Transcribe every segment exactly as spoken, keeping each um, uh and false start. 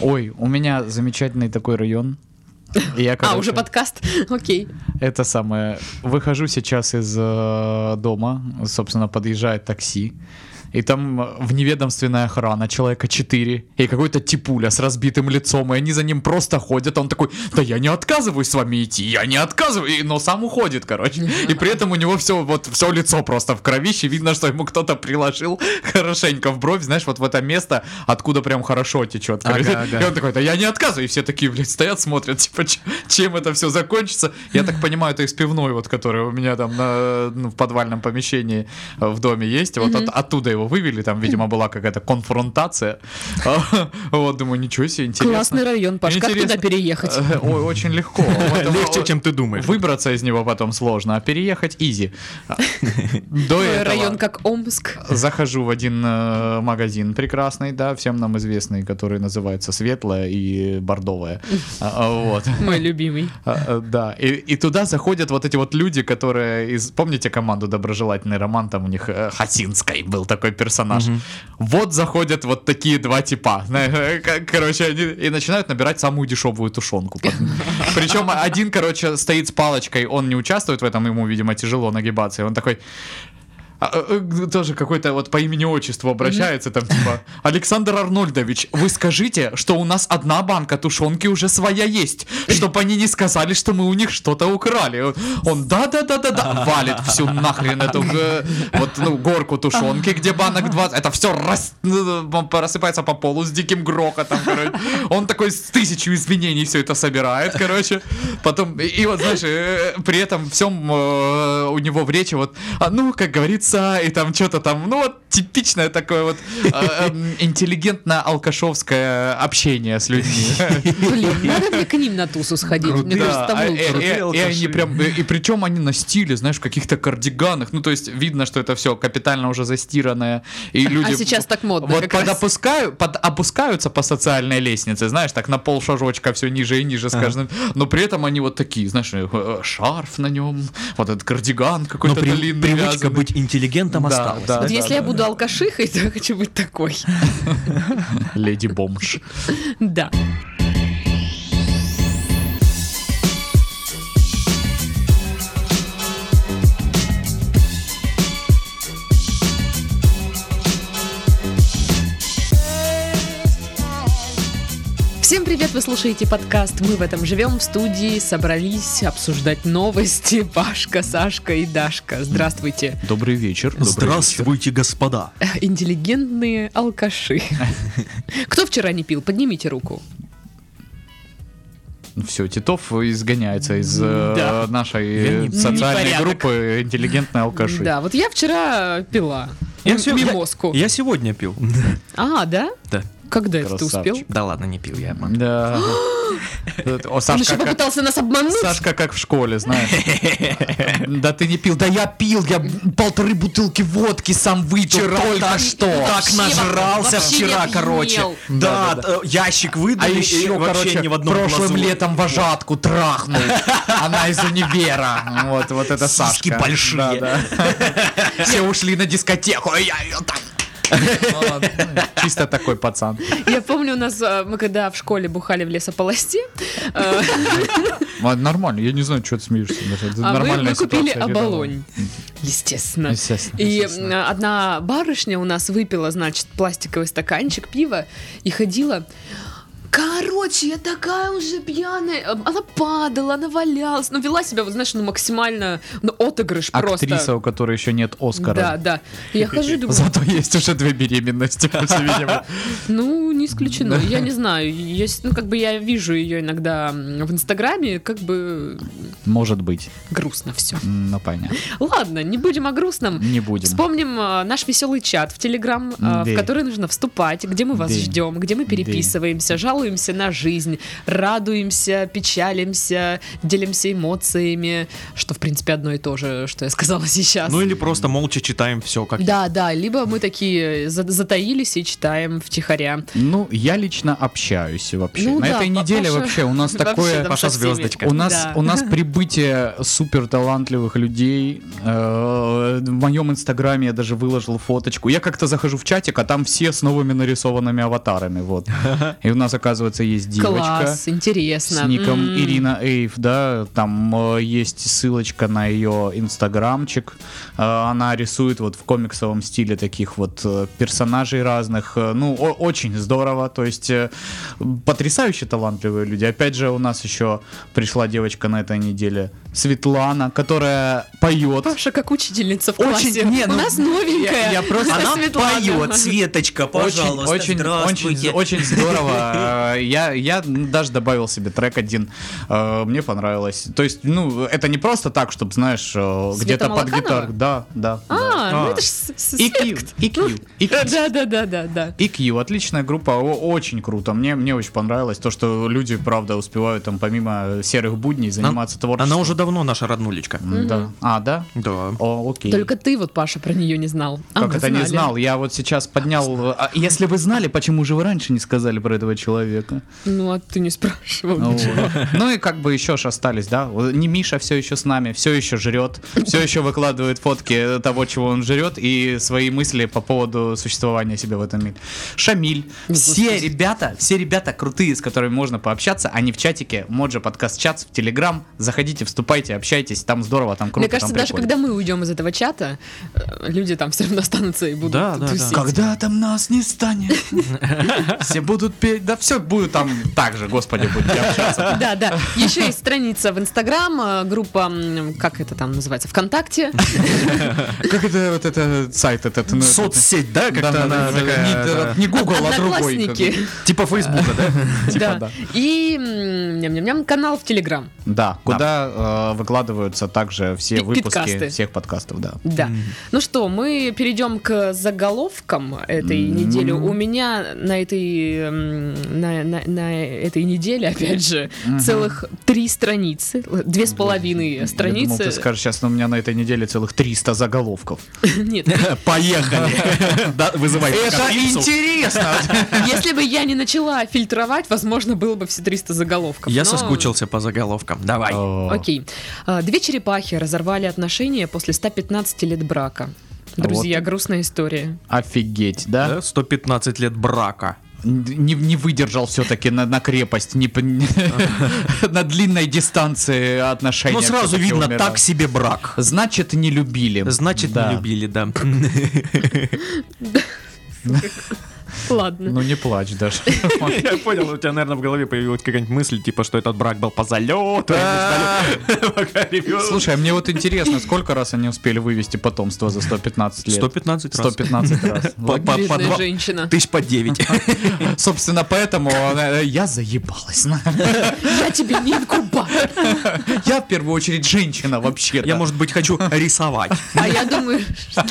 Ой, у меня замечательный такой район. Я, короче, а, уже подкаст? Окей. Это самое. Выхожу сейчас из э, дома, собственно, подъезжает такси. И там вневедомственная охрана, человека четыре, и какой-то типуля с разбитым лицом, и они за ним просто ходят, он такой: да я не отказываюсь с вами идти, я не отказываюсь, но сам уходит, короче. И при этом у него все, вот, все лицо просто в кровище, видно, что ему кто-то приложил хорошенько в бровь, знаешь, вот в это место, откуда прям хорошо течет. Ага, ага. И он такой: да я не отказываюсь, и все такие, блядь, стоят, смотрят, типа, чем это все закончится. Я так понимаю, это из пивной, вот, которая у меня там на, ну, в подвальном помещении в доме есть, вот mm-hmm. от, оттуда его вывели, там, видимо, была какая-то конфронтация. Вот, думаю, ничего себе, интересно. Классный район, Паш, как туда переехать? Ой, очень легко. Легче, чем ты думаешь. Выбраться из него потом сложно, а переехать изи. До этого район как Омск. Захожу в один магазин прекрасный, да, всем нам известный, который называется «Светлая» и «Бордовая». Вот. Мой любимый. Да, и, и туда заходят вот эти вот люди, которые из... Помните команду «Доброжелательный роман»? Там у них Хасинской был такой персонаж. Угу. Вот заходят вот такие два типа. Короче, они и начинают набирать самую дешевую тушенку. Причем один, короче, стоит с палочкой, он не участвует в этом, ему, видимо, тяжело нагибаться. И он такой... тоже какой-то вот по имени-отчеству обращается, там типа: Александр Арнольдович, вы скажите, что у нас одна банка тушенки уже своя есть, чтобы они не сказали, что мы у них что-то украли. Он да-да-да-да-да валит всю нахрен эту вот, ну, горку тушенки, где банок двадцать, это все рас... рассыпается по полу с диким грохотом, короче. Он такой с тысячу извинений все это собирает, короче. Потом, и, и вот, знаешь, при этом всем э, у него в речи вот, а, ну, как говорится, и там что-то там, ну вот типичное такое вот э, э, интеллигентно-алкашовское общение с людьми. Блин, надо мне к ним на тусу сходить. Мне кажется, там лучше. И они прям, и причем они на стиле, знаешь, в каких-то кардиганах, ну то есть видно, что это все капитально уже застиранное. И люди а сейчас так модно. Вот подопускают, подопускаются по социальной лестнице, знаешь, так на полшажочка все ниже и ниже с каждым, но при этом они вот такие, знаешь, шарф на нем, вот этот кардиган какой-то длинный. Привычка быть интеллигентом да, осталось. Да, вот да, если да, я да. буду алкашихой, то я хочу быть такой. Леди-бомж. Да. Всем привет, вы слушаете подкаст «Мы в этом живем». В студии собрались обсуждать новости Пашка, Сашка и Дашка. Здравствуйте. Добрый вечер. Добрый Здравствуйте, вечер. господа. Интеллигентные алкаши. Кто вчера не пил? Поднимите руку. Все, Титов изгоняется из да. нашей не, социальной непорядок. группы «Интеллигентные алкаши». Да, вот я вчера пила. Я, мимозку. я, я сегодня пил. А, да? Да. Когда это ты успел? Да ладно, не пил я. Да. О, Сашка, он еще как... попытался нас обмануть. Сашка как в школе, знаешь. Да ты не пил. Да я пил, я полторы бутылки водки сам выпил только что. Так нажрался вчера, короче. Да, ящик выдали. А еще, короче, прошлым летом вожатку трахнул. Она из универа. Вот, вот это Сашка. Сиськи большие. Все ушли на дискотеку, а я ее там. Чисто такой пацан. Я помню, у нас мы когда в школе бухали в лесополости. Нормально, я не знаю, что ты смеешься. А мы, мы купили оболонь. Естественно. Естественно. И естественно. одна барышня у нас выпила, значит, пластиковый стаканчик пива и ходила. Короче, я такая уже пьяная. Она падала, она валялась. Ну, вела себя, вот, знаешь, ну, максимально, ну, отыгрыш просто. Актриса, у которой еще нет Оскара. Да, да. И я хожу и думаю... Зато есть уже две беременности, по всей видимости. Ну, не исключено. Я не знаю. Есть, ну, как бы я вижу ее иногда в Инстаграме, как бы... Может быть. Грустно все. Ну, понятно. Ладно, не будем о грустном. Не будем. Вспомним наш веселый чат в Телеграм, в который нужно вступать, где мы вас ждем, где мы переписываемся, жалуемся на жизнь, радуемся, печалимся, делимся эмоциями, что, в принципе, одно и то же, что я сказала сейчас. Ну или просто молча читаем все как Да, да, либо мы такие затаились и читаем втихаря. Ну Ну, я лично общаюсь вообще. Ну На да, этой неделе Паша- вообще у нас вообще такое... там Паша со всеми. звездочка. У нас, Да. у нас прибытие супер талантливых людей. Э, В моем инстаграме я даже выложил фоточку. Я как-то захожу в чатик, а там все с новыми нарисованными аватарами. Вот. И у нас, оказывается, есть девочка Класс, интересно. с ником М. Ирина Эйв, да. Там э, есть ссылочка на ее инстаграмчик. Э, она рисует вот в комиксовом стиле таких вот э, персонажей разных. Э, Ну, о- очень здорово. То есть э, потрясающе талантливые люди. Опять же, у нас еще пришла девочка на этой неделе, Светлана, которая поет. Паша как учительница в Очень- классе. не, У ну, нас новенькая. я- я просто- Она Светлана. поет, Светочка, пожалуйста, Очень, очень, здравствуйте. очень, очень здорово. Э, Я, я даже добавил себе трек один. Э, Мне понравилось. То есть, ну, это не просто так, чтобы, знаешь, э, Света где-то под Малаканова? гитару. Да, да. А, да. ну А. это ж с- с- И Q, Свет. и Q, и Q. Да, да, да, да, да. и Q, отличная группа, о- очень круто. Мне, мне очень понравилось то, что люди, правда, успевают там помимо серых будней заниматься творчеством. Она уже давно наша роднулечка. М, Да. А, да? Да. О, окей. Только ты вот, Паша, про нее не знал. А Как мы это не знали. знал? Я вот сейчас поднял... а Если вы знали, почему же вы раньше не сказали про этого человека? Ну, а ты не спрашивал Ну, ничего. вот. Ну и как бы еще ж остались, да? Не Миша все еще с нами, все еще жрет, все еще выкладывает фотки того, чего он жрет, и свои мысли по поводу существования себя в этом мире. Шамиль. Все ребята, все ребята крутые, с которыми можно пообщаться, они в чатике, Моджа подкаст чат в Телеграм. Заходите, вступайте, общайтесь, там здорово, там круто. Мне кажется, там даже прикольно. когда мы уйдем из этого чата, э, люди там все равно останутся и будут Да, да, тусить. да. Когда там нас не станет, все будут петь, да все будет там так же, господи, будете общаться. Да, да. Еще есть страница в Инстаграм, э, группа, м, как это там называется, ВКонтакте. Как это вот это сайт этот? ну, Соцсеть, да, Да, как-то да, она да, такая, не, это, не Google, а другой. Одноклассники. типа Фейсбука, да? Да. да. И м, ням-ням-ням, канал в Телеграм. Да, куда э, выкладываются также все Пи- выпуски подкасты. всех подкастов, да. Да. Ну что, мы перейдем к заголовкам этой М. недели. У меня на этой, м, на, на- на этой неделе, опять же, целых три страницы, две с половиной Я думал, страницы. ты скажешь, сейчас у меня на этой неделе целых триста заголовков. Нет, Поехали. Да, вызывай копильцу. интересно! если бы я не начала фильтровать, возможно, было бы все триста заголовков. Я Но- соскучился по заголовкам. Давай. О, Окей. А, Две черепахи разорвали отношения после ста пятнадцати лет брака. Друзья, грустная история. Офигеть, да? Да, сто пятнадцать лет брака. Не, не выдержал все-таки на, на крепость, не, п- на длинной дистанции отношений. Ну, сразу всё-таки видно, умирал. так себе брак. Значит, не любили. Значит, Да. не любили, да. Ладно. Ну, не плачь даже. Я понял, у тебя, наверное, в голове появилась какая-нибудь мысль, типа, что этот брак был по залету. Слушай, а мне вот интересно, сколько раз они успели вывести потомство за сто пятнадцать лет? сто пятнадцать раз. сто пятнадцать раз. По- по- по Бедная два- женщина. Тысяч по девять. Собственно, поэтому э, я заебалась. Я тебе не инкубатор. Я в первую очередь женщина вообще. Я, может быть, хочу рисовать. А я думаю... что-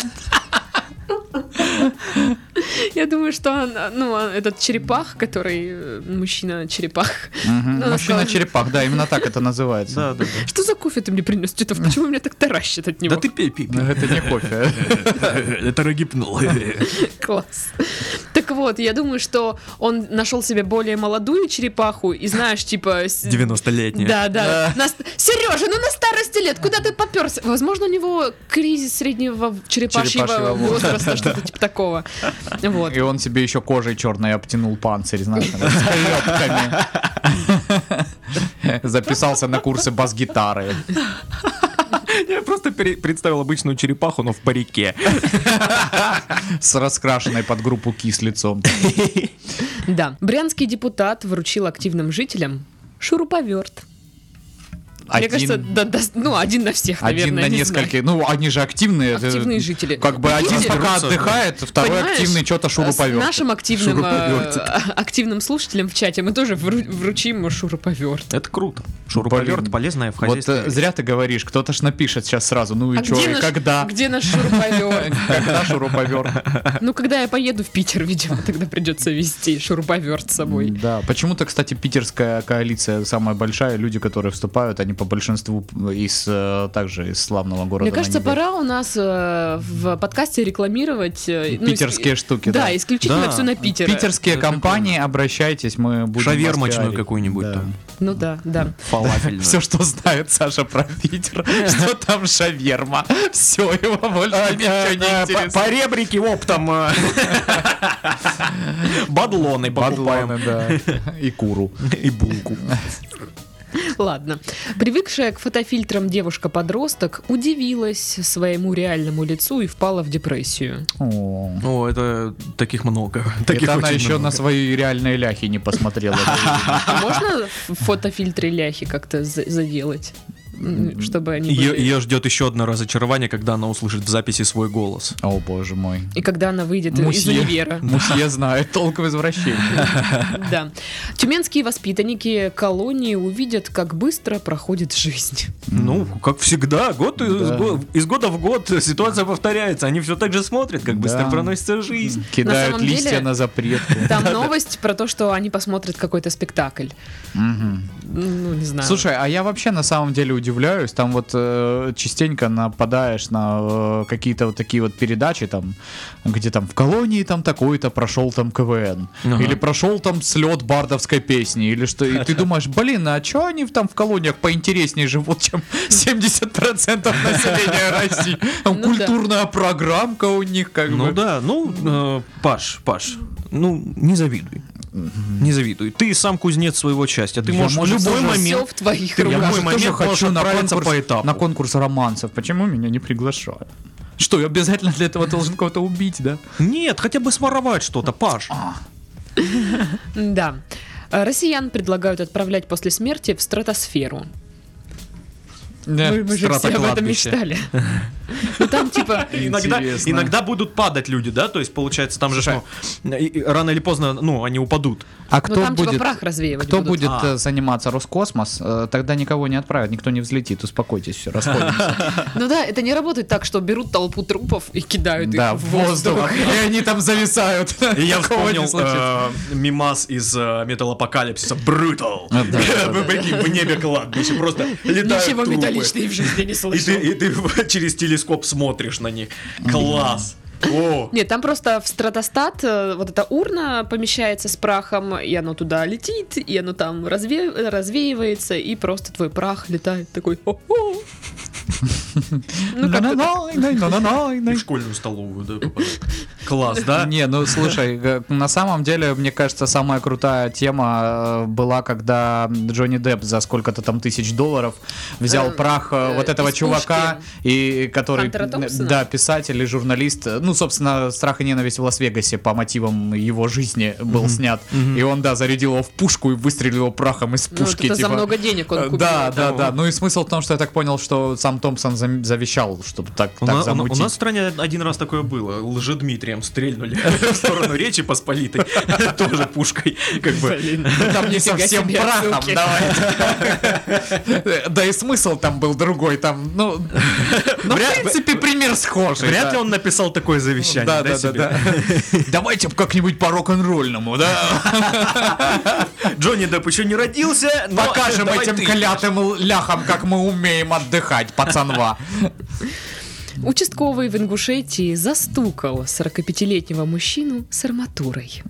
Я думаю, что она- ну, а этот черепах, который э, мужчина-черепах. ну, она сказала, Мужчина-черепах, да, именно так это называется. Да, да, Что за кофе ты мне принес, Титов? Почему меня так таращит от него? да. Да ты пей, пей, Но это не кофе. Это рогипнул. Класс. Так вот, я думаю, что он нашел себе более молодую черепаху и, знаешь, типа... с- девяностолетняя. Да, да. Сережа, ну на старости лет, куда ты поперся? Возможно, у него кризис среднего черепашьего Черепашьего возраста, что-то типа такого. Вот. И он себе еще кожей черной обтянул панцирь, знаешь, с клепками. Записался на курсы бас-гитары. Я просто пере- представил обычную черепаху, но в парике. С раскрашенной под группу Кис лицом. Да. Брянский депутат вручил активным жителям шуруповерт. Мне кажется, да, да, ну, один на всех, наверное, Один на не несколько. Ну, они же активные. это Активные жители. Как бы один Прикиньте, пока Разберутся, отдыхает, второй Понимаешь, активный что-то С шуруповерт. нашим активным, э, Шуруповертик. активным слушателям в чате мы тоже вру- вручим шуруповерт. Это круто. Шуруповерт Блин. полезная в Вот хозяйстве. э, зря ты говоришь, кто-то ж напишет сейчас сразу, ну и А чё, где и наш- когда? Где наш шуруповерт? Когда шуруповерт? Ну, когда я поеду в Питер, видимо, тогда придется везти шуруповерт с собой. Да, почему-то, кстати, питерская коалиция самая большая, люди, которые вступают, они они по большинству из также из славного города. Мне кажется, пора у нас э, в подкасте рекламировать э, питерские ну, штуки. Да, да. исключительно да. все на Питер. Питерские компании, обращайтесь, мы будем шавермочную какую-нибудь да. там. Ну да, да. Фалафельную. Все, что знает Саша про Питер, что там шаверма. Все, его больше ничего не интересует. По ребрике оптом. Бадлоны покупаем. Бадлоны, да. И куру. И булку. Ладно. Привыкшая к фотофильтрам девушка-подросток удивилась своему реальному лицу и впала в депрессию. О, О, это таких много. Таких это она очень еще много. на свои реальные ляхи не посмотрела. А можно в фотофильтре ляхи как-то за- заделать? М, Чтобы они Ее, были... ее ждет еще одно разочарование, когда она услышит в записи свой голос. О, боже мой. И когда она выйдет из Мусье. универа. Мусье знает толк в извращении. Да. Тюменские воспитанники колонии увидят, как быстро проходит жизнь. Ну, как всегда, год из, Да. го- из года в год ситуация повторяется. Они все так же смотрят, как быстро Да. проносится жизнь. Кидают самом листья деле- на запретку. Там новость про то, что они посмотрят какой-то спектакль. Мгм. Ну, не знаю. Слушай, а я вообще на самом деле удивляюсь, там вот э, частенько нападаешь на э, какие-то вот такие вот передачи, там, где там в колонии там такой-то прошел там КВН, Ага. или прошел там слет бардовской песни, или что, и ты думаешь, блин, а что они там в колониях поинтереснее живут, чем семьдесят процентов населения России? Там Ну да. культурная программка у них как Ну бы. да, ну, э, Паш, Паш, ну, не завидуй. Не завидуй. Ты сам кузнец своего счастья. Ты Я, можешь в может, любой тоже Все момент... в твоих Ты в Я, руках. любой может, тоже момент хочу можешь на отправиться конкурс, по этапу. на конкурс романсов. Почему меня не приглашают? Что, я обязательно для этого должен кого-то убить, да? Нет, хотя бы своровать что-то, Паш. Да. А Россиян предлагают отправлять после смерти в стратосферу. Мы, мы же все об этом мечтали. Ну там типа... Иногда, Интересно. иногда будут падать люди, да? То есть, получается, там же ну, и- и рано или поздно, ну, они упадут. А Ну кто там будет, типа прах развеивать кто будут. будет А. э, заниматься Роскосмос, э, тогда никого не отправят, никто не взлетит, успокойтесь, все, расходимся. Ну да, это не работает так, что берут толпу трупов и кидают Да, их в в воздух. воздух, и они там зависают. И я Такого не вспомнил случится. э, мимас из э, Металлопокалипсиса Brutal. А, да, да, Вы прикинь, в небе кладбище просто летают Ничего трупы. металличного в жизни не И слышал. ты, и ты через телескоп смотришь на них. Класс. О, Нет, там просто в стратостат э, вот эта урна помещается с прахом, и оно туда летит, и оно там разве- развеивается, и просто твой прах летает такой. «Хо-хо». Ну, как-то так. в школьную столовую, да, попадает. Класс, да? Не, ну слушай, г- на самом деле, мне кажется, самая крутая тема э, была, когда Джонни Депп за сколько-то там тысяч долларов взял Э, прах э, э, вот этого из чувака, и который, Хантера Томпсона? да, писатель и журналист, э, ну, собственно, «Страх и ненависть в Лас-Вегасе» по мотивам его жизни был снят, и он, да, зарядил его в пушку и выстрелил его прахом из Ну, вот пушки. это за типа. много денег он Э, купил. Да, да, да. да. Ну и смысл в том, что я так понял, что сам Томпсон зам- завещал, чтобы так, У, так на- у на- у замутить. нас в стране один раз такое было. Лжедмитрием стрельнули в сторону Речи Посполитой. Тоже пушкой. Как бы. Блин, Там не нифига совсем себе прахом, отсылки. давайте. Да и смысл там был другой, там, ну, ну в Вряд- принципе, пример схожий. Вряд да. ли он написал такое завещание. Да, да, да, да, себе? да. Давайте как-нибудь по рок-н-ролльному, да? Джонни Депп еще не родился, но Покажем давай этим ты. клятым ляхам, как мы умеем отдыхать, пацанва. Участковый в Ингушетии застукал сорокапятилетнего мужчину с арматурой.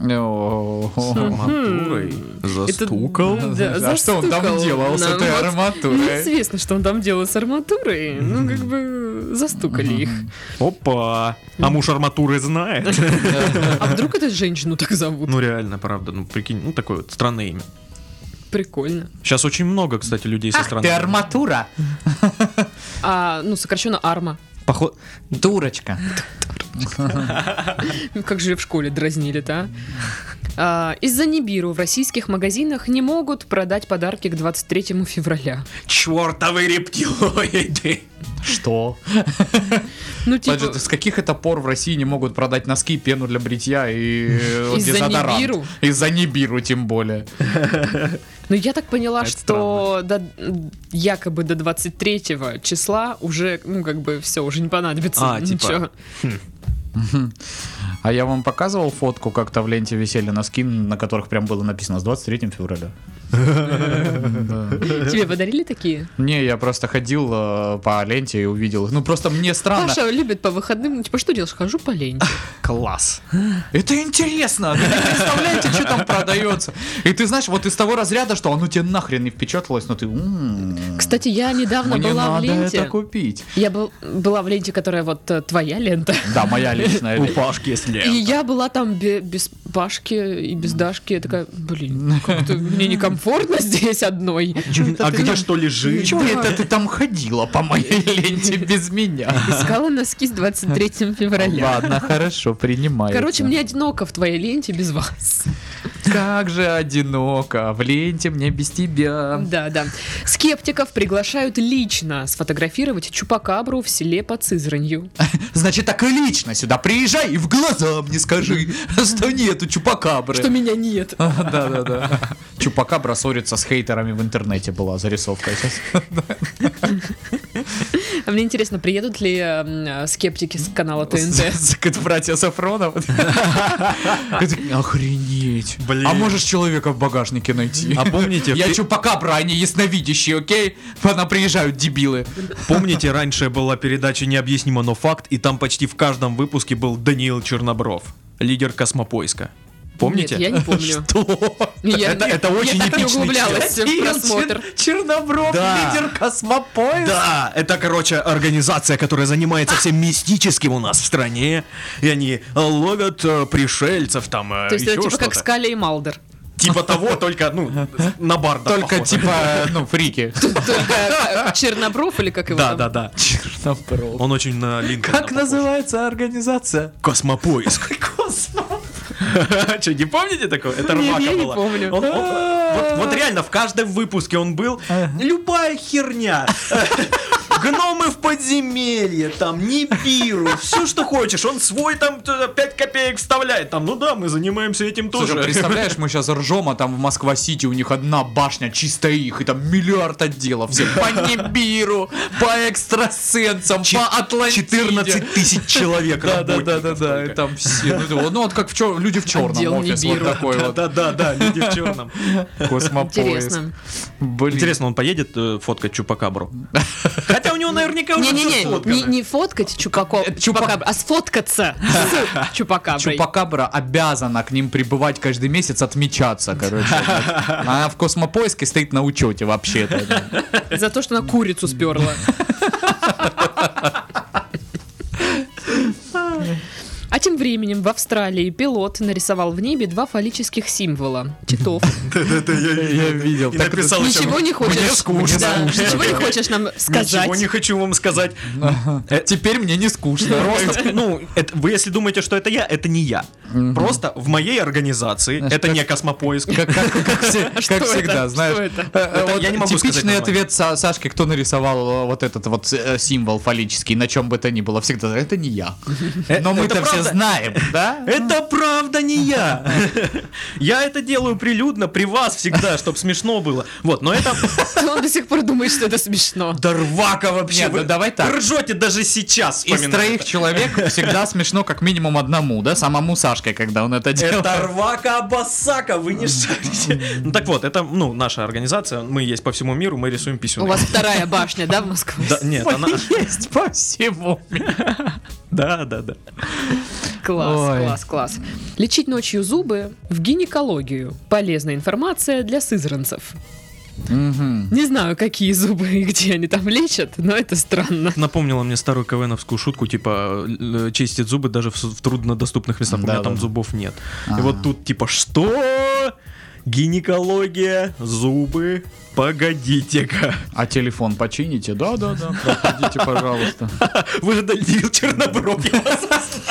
Арматурой застукал. Это- да, А что он там застукал делал с нам. этой Вот арматурой? Неизвестно, что он там делал с арматурой. Ну, как бы застукали их. Опа. А муж арматуры знает. А вдруг эту женщину так зовут? Ну реально, правда. Ну прикинь, ну такое вот странное имя. Прикольно. Сейчас очень много, кстати, людей со Ах, стороны. ты арматура. А, ну, сокращенно арма. Поход... Дурочка. Как же в школе дразнили-то, а? А, из-за Нибиру в российских магазинах не могут продать подарки к двадцать третьему февраля. Чёртовы рептилоиды. Что? Ну, типа, Подожди, с каких это пор в России не могут продать носки, пену для бритья и э, Из-за дезодорант? Нибиру? Из-за Нибиру, тем более. ну я так поняла, Это что до- якобы до двадцать третьего числа уже, ну, как бы все, уже не понадобится А, типа, ничего. А я вам показывал фотку, как-то в ленте висели носки, на которых прям было написано с двадцать третьего февраля. Тебе подарили такие? Не, я просто ходил э, по ленте и увидел их. Ну просто мне странно. Паша любит по выходным, ну типа, что делаешь? Хожу по ленте. Класс. Это интересно. Вы не представляете, что там продается. И ты знаешь, вот из того разряда, что оно тебе нахрен не впечаталось, но ты... м-м, Кстати, я недавно мне была в надо ленте. это купить. Я был, была в ленте, которая вот э, твоя лента. Да, моя личная У лента. Пашки есть И лента. я была там бе- без Пашки и без Дашки. Я такая, блин, как-то мне некомфортно здесь одной. А где что лежит? Чего это ты там ходила по моей ленте без меня? Искала носки с двадцать третьего февраля. Ладно, хорошо, принимаю. Короче, мне одиноко в твоей ленте без вас. Как же одиноко, в ленте мне без тебя. Да, да. Скептиков приглашают лично сфотографировать чупакабру в селе под Сызранью. Значит, так и лично сюда приезжай и в глаза мне скажи, что нету чупакабры. Что меня нет. Да-да-да. Чупакабра ссорится с хейтерами в интернете, была зарисовка сейчас. А мне интересно, приедут ли э, скептики с канала ТНТ? Братья Сафронов. Охренеть. Блин. А можешь человека в багажнике найти? А помните, в Я пе- чупакабра, они ясновидящие, окей? Она приезжают, дебилы. Помните, раньше была передача «Необъяснимо, но факт», и там почти в каждом выпуске был Даниил Чернобров, лидер космопоиска. Помните? Нет, я не помню. Что? Я, Это- это очень я так не эпичный углублялась в просмотр. Чернобров, Да. лидер космопоезда. Да, это, короче, организация, которая занимается всем мистическим у нас в стране. И они э, ловят э, пришельцев, там, э, То есть еще это типа что-то. как Скали и Малдер. Типа того, только, ну, на барда Только похоже. типа, ну, фрики. Только э, Чернобров или как его Да, там? да, да. Чернобров. Он очень на Линкольна Как похож. называется организация? Космопоиск. Что, не помните такого? Это Нет, Рвака я не была. помню. Он- он- вот, вот реально, в каждом выпуске он был. Любая херня. Гномы в подземелье, там, Нибиру, все, что хочешь. Он свой там пять копеек вставляет. Там, ну да, мы занимаемся этим тоже. Слушай, представляешь, мы сейчас ржем, а там в Москва-Сити у них одна башня чисто их, и там миллиард отделов. Все по Нибиру, по экстрасенсам, Чет- по Атлантиде. четырнадцать тысяч человек Да, да, да, да, работников да, и только. там все. Ну, ну, вот как в чер- люди в черном Отдел офис, вот Нибиру. такой вот. Да, да, да, люди в черном. Космопоиск. Интересно. Блин. Интересно, он поедет э, фоткать Чупакабру? Хотя у него наверняка уже Не-не-не, всё сфоткано. не, не фоткать чупако, Чупа- чупакабра, а сфоткаться с чупакаброй. Чупакабра обязана к ним прибывать каждый месяц, отмечаться, короче. Она в космопоиске стоит на учете вообще-то. За то, что она курицу сперла. А тем временем в Австралии пилот нарисовал в небе два фаллических символа. Титов. Я видел. И написал еще, Ничего не хочешь? Мне скучно. Да, Ничего не хочешь нам сказать? Ничего не хочу вам сказать. Теперь мне не скучно. Просто, ну, это- вы если думаете, что это я, это не я. Просто в моей организации, это не космопоиск. Как, как- как все- А что как это? всегда, знаешь. Что это? э, э, Это вот я не могу сказать типичный нормально. ответ Са- Сашки, кто нарисовал э, вот этот вот э, символ фаллический, на чем бы то ни было, всегда это не я. Но мы-то это все правда? знаем, да? Это правда не я. Я это делаю прилюдно при вас всегда, чтобы смешно было. Вот, но это Он до сих пор думает, что это смешно. Дорвака вообще. Нет, Вы ну давай так. Вы ржете даже сейчас. Из вспоминая троих это. человек всегда смешно как минимум одному, да? Самому Сашке, когда он это делает. Это Рвака Абасака, вы не шарите. Ну так вот, это, ну, наша организация, мы есть по всему миру, мы рисуем У писюны. вас вторая башня, да, в Москве? Да, нет, она... Есть по всему. Да, да, да. Класс, Ой. класс, класс. Лечить ночью зубы в гинекологию. Полезная информация для сызранцев. Не знаю, какие зубы и где они там лечат, но это странно. Напомнила мне старую КВНовскую шутку, типа, э, чистит зубы даже в, с- в труднодоступных местах, у меня Да, там да. зубов нет. А. И вот тут, типа, что? Гинекология, зубы, погодите-ка. А телефон почините? Да, да, да. Проходите, пожалуйста. Вы же Даниил Чернобров, я вас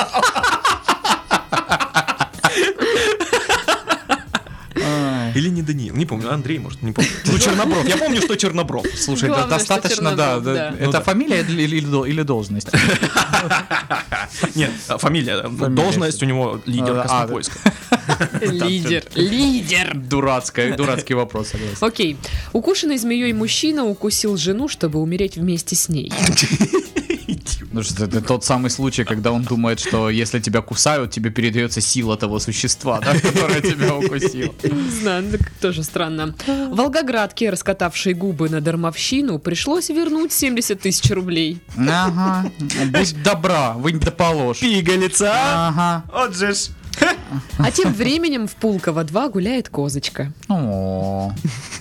Ай. Или не Даниил, не помню, Андрей, может, не помню. Ну, Чернобров, я помню, что Чернобров. Слушай, да, Главное, что достаточно, да, Чернобров, да. да. Это Ну да. фамилия или, или, дол- или должность? Нет, а, фамилия, должность у него лидер А, космопоиска. Лидер, лидер. Дурацкая, дурацкий вопрос, согласен. Окей. Укушенный змеей мужчина укусил жену, чтобы умереть вместе с ней. примитив. Ну что это тот самый случай, когда он думает, что если тебя кусают, тебе передается сила того существа, да, которое тебя укусило. Не знаю, ну, так тоже странно. Волгоградке, раскатавшей губы на дармовщину, пришлось вернуть семьдесят тысяч рублей. Ага, будь добра, вынь да положь. Пигалица, а? Ага. Вот же ж. А тем временем в Пулково два гуляет козочка. О,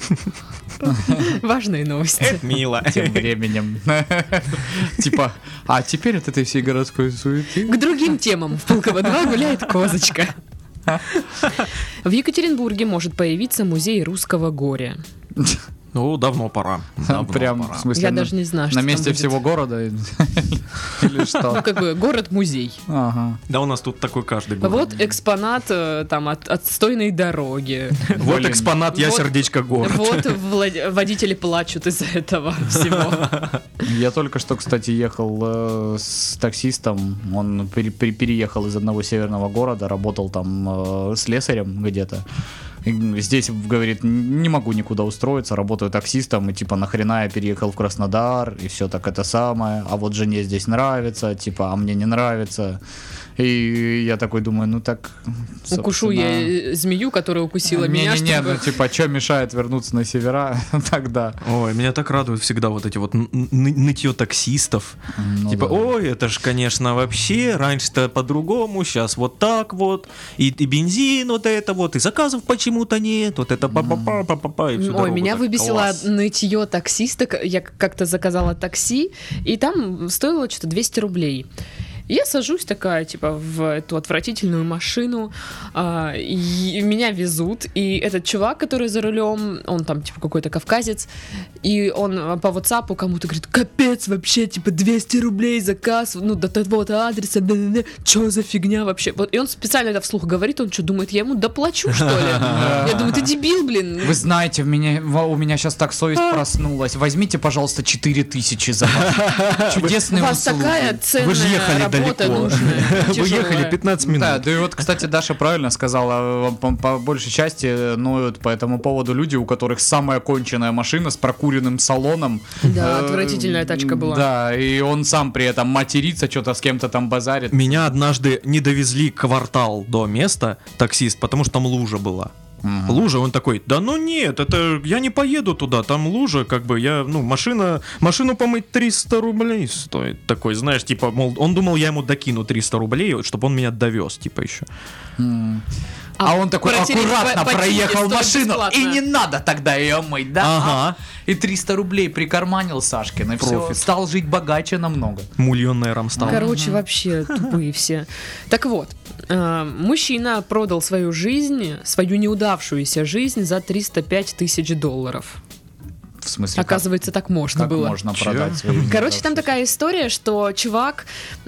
Важные новости. Мило. тем временем. Типа, а теперь от этой всей городской суеты. К другим темам. В Пулково два гуляет козочка. В Екатеринбурге может появиться музей русского горя. Ну, давно пора. Давно Прям, пора. в смысле, Я на- даже не знаю, что на там месте будет. всего города или Ну, что? как бы город-музей. Ага. Да у нас тут такой каждый город. Вот экспонат э, там от отстойной дороги. Вот Блин. экспонат «Я Вот- сердечко город». Вот влад- водители плачут из-за этого всего. Я только что, кстати, ехал э, с таксистом. Он пере- пере- переехал из одного северного города, работал там э, слесарем где-то. И здесь, говорит, не могу никуда устроиться, работаю таксистом, и типа нахрена я переехал в Краснодар, и все так это самое, а вот жене здесь нравится, типа, а мне не нравится. И я такой думаю, ну так, Укушу собственно, я змею, которая укусила меня, Не-не-не, чтобы... ну типа, что мешает вернуться на севера тогда? Ой, меня так радуют всегда вот эти вот н- н- нытье таксистов. Ну Типа, да. ой, это ж, конечно, вообще, раньше-то по-другому, сейчас вот так вот, и, и бензин вот это вот, и заказов почему-то нет, вот это па-па-па-па-па, и всю Ой, дорогу меня так, выбесило класс. нытье таксиста. Я как-то заказала такси, и там стоило что-то двести рублей. И я сажусь такая, типа, в эту отвратительную машину, а, и меня везут, и этот чувак, который за рулем, он там, типа, какой-то кавказец, и он по WhatsApp кому-то говорит, капец, вообще, типа, двести рублей заказ, ну, до того адреса, что за фигня вообще? Вот, и он специально это вслух говорит, он что, думает, я ему доплачу, что ли? Я думаю, ты дебил, блин. Вы знаете, в меня, у меня сейчас так совесть проснулась. Возьмите, пожалуйста, четыре тысячи за вас. У Чудесные вас услуги. такая Вы же ценная ехали работа далеко. нужная, Вы тяжелая. ехали пятнадцать минут. Да, да и вот, кстати, Даша правильно сказала, по, по большей части ноют по этому поводу люди, у которых самая конченая машина с прокуренным салоном. Да, Э, отвратительная тачка была. Да, и он сам при этом матерится, что-то с кем-то там базарит. Меня однажды не довезли квартал до места, таксист, потому что там лужа была. Мгм. Лужа, он такой, да ну нет, это я не поеду туда, там лужа, как бы я, ну, машина, машину помыть триста рублей стоит. Такой, знаешь, типа, мол, он думал, я ему докину триста рублей, чтобы он меня довез, типа, еще. М. А он такой протереть аккуратно по- по проехал тике стоит машину, и бесплатно. не надо тогда ее мыть, да? Ага. И триста рублей прикарманил Сашкин, и все, Профит. стал жить богаче намного. Мульонная стал. Короче, вообще тупые все. Так вот, э, мужчина продал свою жизнь, свою неудавшуюся жизнь за триста пять тысяч долларов. В смысле, как- Оказывается, так можно как было. можно Чё? продать свою Короче, там неудавшуюся? такая история, что чувак,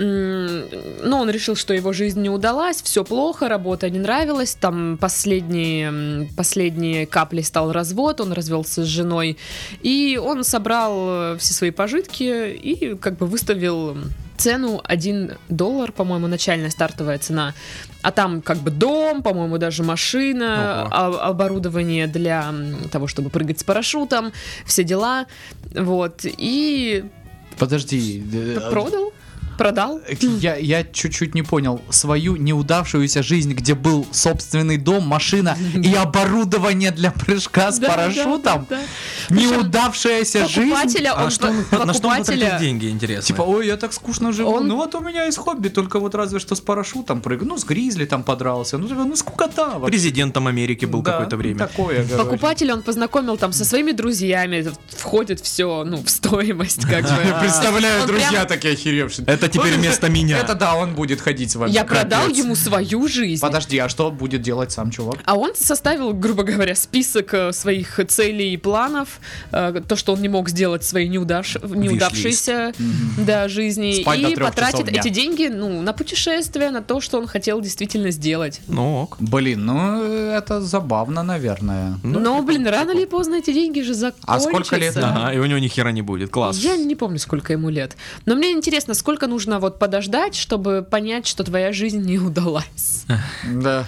м, ну, он решил, что его жизнь не удалась, все плохо, работа не нравилась, там последние, м, последние капли стал развод, он развелся с женой, и он собрал э, все свои пожитки и как бы выставил цену один доллар, по-моему, начальная стартовая цена. А там как бы дом, по-моему, даже машина, Ого. а- оборудование для м, того, чтобы прыгать с парашютом, все дела. Вот. И Подожди. э, продал, продал. Я, я чуть-чуть не понял. Свою неудавшуюся жизнь, где был собственный дом, машина и оборудование для прыжка с Да, парашютом. да, да, да. Неудавшаяся жизнь. Покупателя, А он что, он- по- на что он потратил покупателя... деньги, интересно? Типа, ой, я так скучно живу. Он- Ну вот у меня есть хобби, только вот разве что с парашютом прыгаю. Ну, с гризли там подрался. Ну, типа, ну скукота вообще. Президентом Америки был Да, какое-то время. Такое, говорю. Покупателя он познакомил там со своими друзьями, входит все, ну, в стоимость, как бы. Я представляю, Он друзья прям- такие охеревшие. Это теперь вместо меня. Это да, он будет ходить с вами. Я продал Капец. ему свою жизнь. Подожди, а что будет делать сам чувак? А он составил, грубо говоря, список э, своих целей и планов, э, то, что он не мог сделать в своей неудавш... неудавшейся да, жизни, Спать до и трех потратит часов дня. эти деньги ну, на путешествие, на то, что он хотел действительно сделать. Ну ок. Блин, ну это забавно, наверное. Ну, Но, блин, рано или поздно эти деньги же закончатся. А сколько лет? Ага, и у него ни хера не будет. Класс. Я не помню, сколько ему лет. Но мне интересно, сколько нужно вот подождать, чтобы понять, что твоя жизнь не удалась. Да.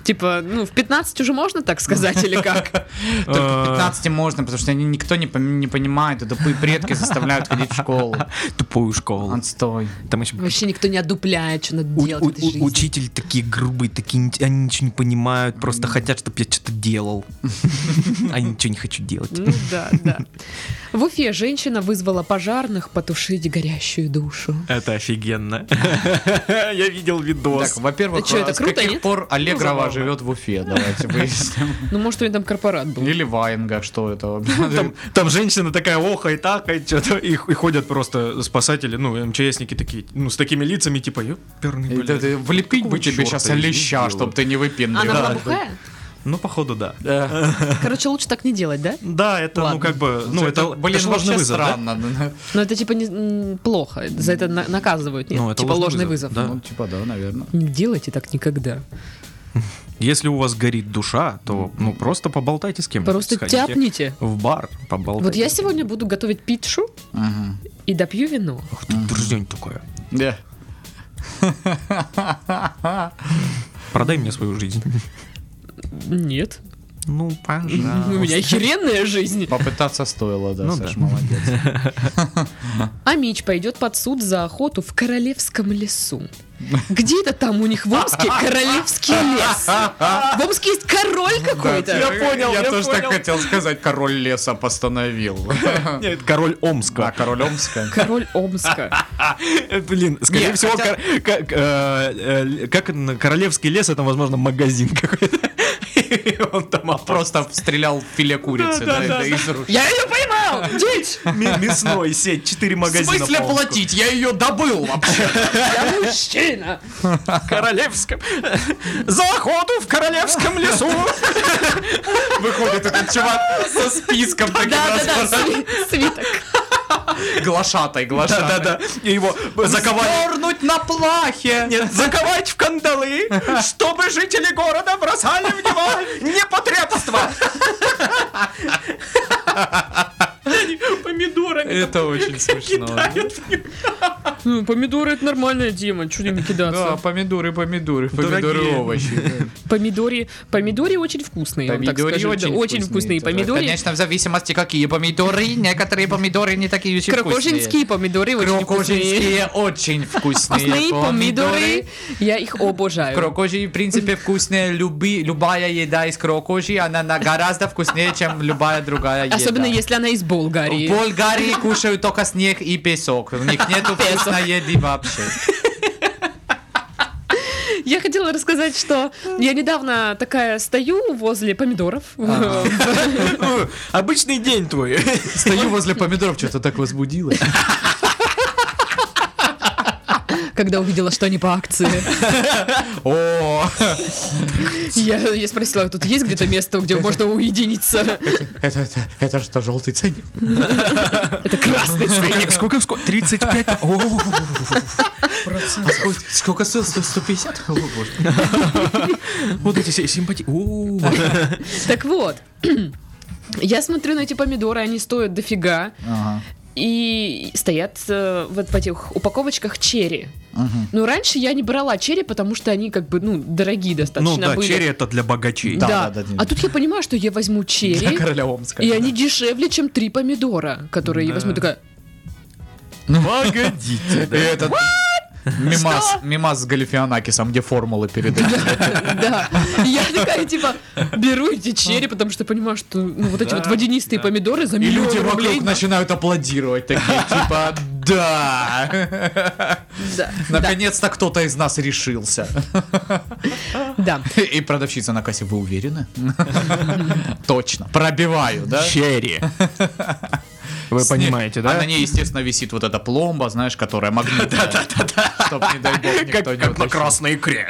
Типа, ну, в пятнадцать уже можно так сказать или как? Только в пятнадцати можно, потому что они никто не, пом- не понимает, и тупые предки заставляют ходить в школу. Тупую школу. Отстой. Там еще Вообще никто не одупляет, что надо У- делать у- в этой у- жизни. учитель такие грубые, такие, ни- они ничего не понимают, просто хотят, чтобы я что-то делал. А я ничего не хочу делать. Ну да, да. В Уфе женщина вызвала пожарных потушить горящую душу. Это офигенно. Я видел видос. Так, во-первых, Это что, это с круто, каких нет? пор Аллегрова забавно. живет в Уфе? Давайте выясним. Ну, может, у нее там корпорат был. Или Ваенга, что это вообще? Там, там женщина такая охает, ахает, что-то, и, и ходят просто спасатели, ну, МЧСники такие, ну, с такими лицами, типа, ёперный, Это блядь. ты Влепить бы Какого тебе чёрта сейчас я леща, сделал? чтобы ты не Она выпендривал. была Да, бухая? Ну, походу, да. Короче, лучше так не делать, да? Да, это, Ладно. ну, как бы, ну, это, блин, это же ложный вообще вызов, да? странно. Но это типа не, м, плохо. За это на- наказывают. Нет? Ну, это типа ложный ложный вызов. вызов, да. Ну, типа, да, наверное. Не делайте так никогда. Если у вас горит душа, то, ну, просто поболтайте с кем-то. Просто Сходите тяпните. в бар, поболтайте. Вот я сегодня буду готовить питшу Мгм. и допью вино. Ух ты, друзень такое. Да. Продай мне свою жизнь. Нет. Ну, У пожалуйста. меня охеренная жизнь. Попытаться стоило, да, Ну Саш, да. молодец. А Мич пойдет под суд за охоту в Королевском лесу. Где это там у них в Омске Королевский лес? В Омске есть король какой-то. Я понял, я, я тоже так понял. хотел сказать, король леса постановил. Нет, король А, Омска. король Омска. Король Омска. Э, Блин, скорее Не, всего, хотя- кор- как, э, э, как на Королевский лес, это, возможно, магазин какой-то. И он там опро- Просто стрелял в филе курицы, Да, да, да, да, из рук. Я ее поймал! Дичь! М- мясной сеть, четыре В магазина. смысле по Омску. платить? Я ее добыл вообще. Я мужчина! Королевском. За охоту в Королевском лесу. Выходит этот чувак со списком таким Да-да-да, разбросанным. сви- свиток. Глашатай, глашатай. Да-да-да. И его заковали. Сдернуть на плахе. Нет, заковать в кандалы, чтобы жители города бросали в него непотребство. Помидорами. Это очень смешно. Ну, помидоры это нормальная тема, что ними Да, кидаться? помидоры, помидоры, помидоры, Дорогие. овощи. Помидори, помидори очень вкусные, я вам так Помидоры скажу. очень, Да, очень вкусные тоже. помидоры. Конечно, в зависимости какие помидоры. Некоторые помидоры не такие очень Крокожинские помидоры очень вкусные. Крокожинские очень вкусные Вкусные помидоры, я их обожаю. Крокожи, в принципе, вкусные. Люби, любая еда из крокожи, она на- гораздо вкуснее, чем любая другая еда. Особенно если она из Болгарии. В Болгарии кушают только снег и песок. У них нету вкусной еды вообще. Я хотела рассказать, что я недавно такая стою возле помидоров. Ну, обычный день твой. Стою возле помидоров, что-то так возбудилось. Когда увидела, что они по акции. О, Я, я спросила, тут есть где-то место, где можно уединиться? это, это, это что, желтый ценник? Это красный ценник. Сколько, сколько? тридцать пять? О, А сколько, сколько стоил? сто сто пятьдесят? О, боже. вот эти все симпатии. О, Так вот, я смотрю на эти помидоры, они стоят дофига. Ага. И стоят э, вот в этих упаковочках черри. Мгм. Ну, раньше я не брала черри, потому что они как бы, ну, дорогие достаточно Ну да, были. черри это для богачей. Да, Да, да, да. А тут я понимаю, что я возьму черри, Короля Омска. и они дешевле, чем три помидора, которые я Да. возьму. Такая, Погодите. И этот мимас, мимас с Галифианакисом, где формулы передают. да. И я такая, типа, беру эти черри, потому что понимаю, что ну, вот эти Да, вот водянистые да. помидоры за И миллион люди рублей. вокруг начинают аплодировать, такие, типа, да, Да, да, наконец-то кто-то из нас решился. да. И продавщица на кассе, вы уверены? Точно, пробиваю, да? Черри. Вы С ней- понимаете, А да? на ней, естественно, висит вот эта пломба, знаешь, которая магнитная. Чтоб, не дай бог, никто Как, не как на утащил. красной икре.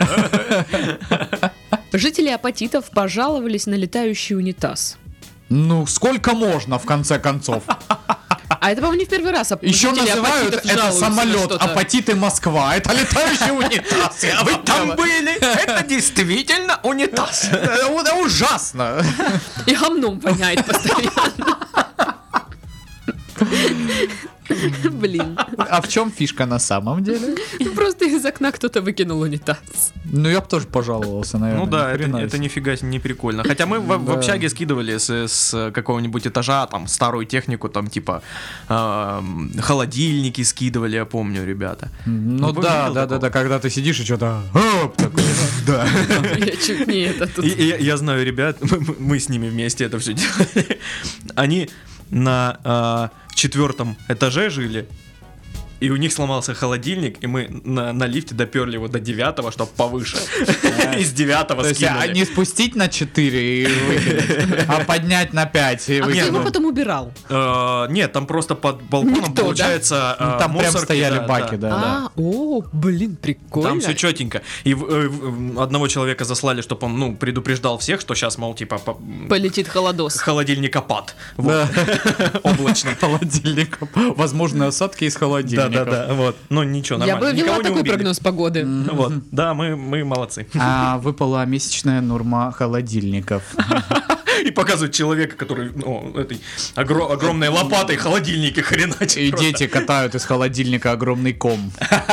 Жители Апатитов пожаловались на летающий унитаз. Ну, сколько можно, в конце концов? А это, по-моему, не в первый раз. ап- Еще жители называют Апатитов это жалуются на самолет что-то. Апатиты Москва. Это летающий унитаз. Я Вы вам там говорю. были? Это действительно унитаз. Это это ужасно. И гомном воняет постоянно. Блин. А в чем фишка на самом деле? Ну, просто из окна кто-то выкинул унитаз. Ну, я бы тоже пожаловался, наверное. Ну да, ни это, хрена это себе. нифига не прикольно. Хотя мы в, в Да. общаге скидывали с, с какого-нибудь этажа там старую технику, там типа эм, холодильники скидывали, я помню, ребята. Ну Не да, видел да, да, такого? да, когда ты сидишь и что-то... оп, такое. Да. Я чуть не это тут. И- и я, я знаю ребят, мы, мы- мы с ними вместе это все делали. Они на э, четвертом этаже жили. И у них сломался холодильник, и мы на, на лифте доперли его до девятого, чтобы повыше. Из девятого То есть а скинули. не спустить на четыре и выкинуть, а поднять на пять и А кто выкинуть. его потом убирал? Э, Нет, там просто под балконом Никто, да? получается Ну, э, там прям мусорки, стояли да, баки, да. А, о, блин, прикольно. Там все четенько. И в- э, в- одного человека заслали, чтобы он, ну, предупреждал всех, что сейчас, мол, типа, по- Полетит холодос. холодильникопад. Да. Облачный. Холодильник. Возможные осадки из холодильника. Да-да-да, вот. Ну, ничего, Я нормально. бы вела Никого не такой убили. прогноз погоды. Вот, да, мы, мы молодцы. А выпала месячная норма холодильников. И показывают человека, который, ну, этой огро- огромной лопатой холодильники хреначит. И просто. дети катают из холодильника огромный ком.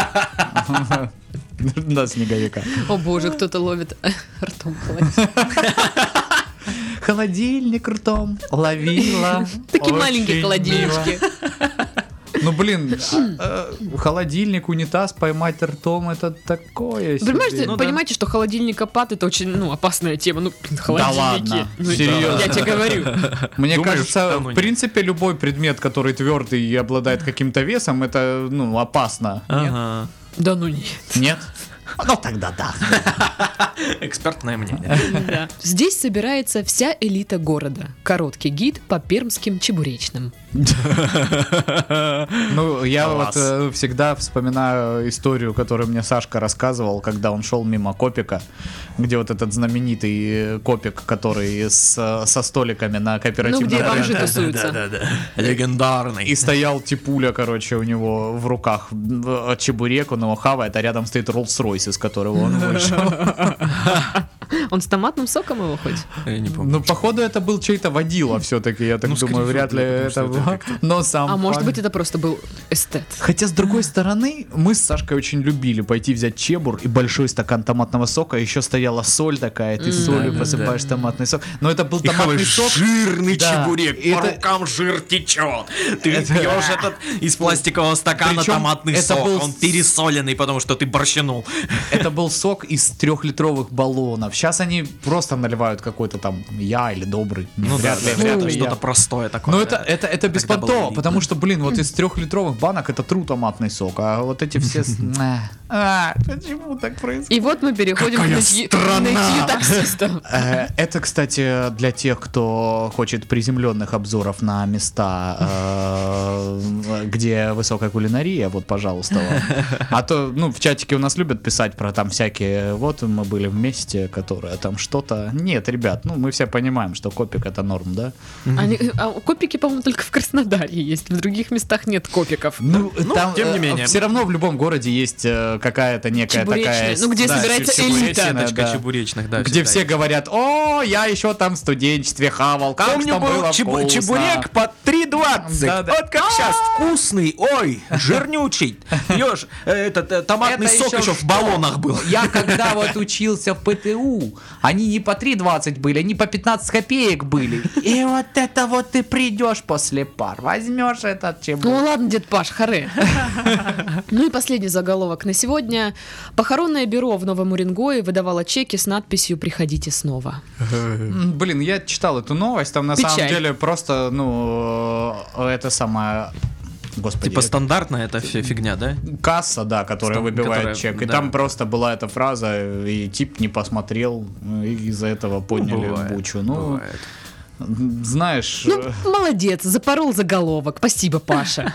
Да, снеговика. О боже, кто-то ловит ртом холодильник. Холодильник ртом ловила. Такие Очень маленькие мило. холодильнички. Ну блин, а, э, холодильник, унитаз поймать ртом, это такое себе. Понимаете, Ну да. понимаете, что холодильникопад это очень, ну, опасная тема. Ну, блин, Да холодильники. ладно, Ну, серьезно? Я тебе говорю. Мне Думаешь, кажется, да ну в нет. принципе, любой предмет, который твердый и обладает каким-то весом, это, ну, опасно. Ага. Да ну нет. Нет? Ну тогда да. Экспертное мнение. Да. Здесь собирается вся элита города. Короткий гид по пермским чебуречным. Ну, я Класс. вот э, всегда вспоминаю историю, которую мне Сашка рассказывал, когда он шел мимо Копика, где вот этот знаменитый э, Копик, который с, э, со столиками на Ну, кооперативном где рынке. бомжи тусуются. Да-да-да. Легендарный. И стоял типуля, короче, у него в руках э, чебурек, он его хавает, а рядом стоит Роллс-Ройс, из которого он вышел. Он с томатным соком его хоть? Я не помню. Ну, походу, это был чей-то водила все-таки, я так Ну, думаю, скорее вряд всего, ли потому это что это было. как-то- Но сам А может факт. быть, это просто был эстет. Хотя, с другой стороны, мы с Сашкой очень любили пойти взять чебур и большой стакан томатного сока, еще стояла соль такая, ты солью да, посыпаешь томатный сок. Но это был И томатный хаваешь сок. жирный Да, чебурек, и по это- рукам жир течет. Ты Это- пьешь этот из пластикового стакана Причем томатный это сок, был он с- пересоленный, потому что ты борщанул. Это был сок из трехлитровых баллонов. Сейчас они просто наливают какой-то там я или добрый. Ну да, вряд ли, да, вряд это ли что-то я. простое такое. Но это, это, это Тогда было беспонтово, элитно. потому что, блин, вот из трехлитровых банок это тру томатный сок, а вот эти все... с- А, почему так происходит? И вот мы переходим к Какая нытью страна! нытью таксистов. Э, Это, кстати, для тех, кто хочет приземленных обзоров на места, э, где высокая кулинария, вот, пожалуйста. вам. А то, ну, в чатике у нас любят писать про там всякие, вот мы были вместе, которое там что-то... Нет, ребят, ну, мы все понимаем, что Копик это норм, да? Они, а копики, по-моему, только в Краснодаре есть. В других местах нет копиков. Ну, там, тем не менее. все равно в любом городе есть э, какая-то некая Чебуречная, такая... ну, где да, собирается чебуречная, элита. Сеточка да. чебуречных, да. Где всегда все есть. говорят, о, я еще там в студенчестве хавал, как Помню, там был было чебу- вкусно. чебурек по три двадцать. Да-да. Вот как сейчас вкусный. Ой, жирнючий. Пьешь, э, этот э, томатный Это сок еще еще в что? баллонах был. Я когда вот учился в ПТУ, они не по три двадцать были, они по пятнадцать копеек были. И вот это вот ты придешь после пар, возьмешь этот Ну чебурек. ладно, дед Паш, харе. Ну и последний заголовок на сегодня. Похоронное бюро в Новом Уренгое выдавало чеки с надписью «Приходите снова». М, Блин, я читал эту новость, там на Печаль. самом деле просто, ну, э, это самое... Господи, Типа это стандартная эта фи- фигня, да? касса, да, которая Стан- выбивает которая, чек. И да. там просто была эта фраза, и тип не посмотрел, и из-за этого подняли бывает, бучу. Ну, бывает. знаешь... Ну, э, молодец, запорол заголовок. Спасибо, Паша.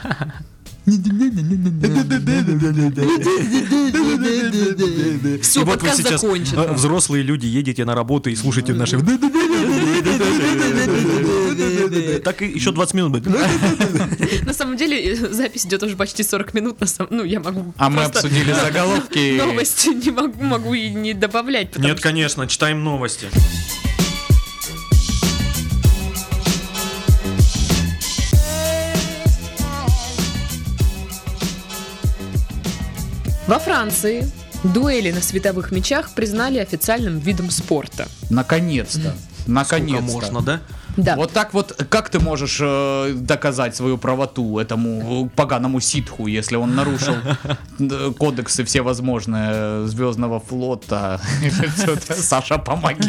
Все, И вот вы подкаст сейчас, закончен. э, взрослые люди, едете на работу и слушаете наши... Так и еще двадцать минут будет. На самом деле э, запись идет уже почти сорок минут. На самом... Ну, я могу А мы просто обсудили заголовки. новости не могу, могу и не добавлять. потому Нет, что- конечно, читаем новости. Во Франции дуэли на световых мечах признали официальным видом спорта. Наконец-то. Наконец-то. Сколько можно, да? Да. Вот так вот, как ты можешь э, доказать свою правоту этому поганому ситху, если он нарушил э, кодексы всевозможные Звездного флота? Саша, помоги.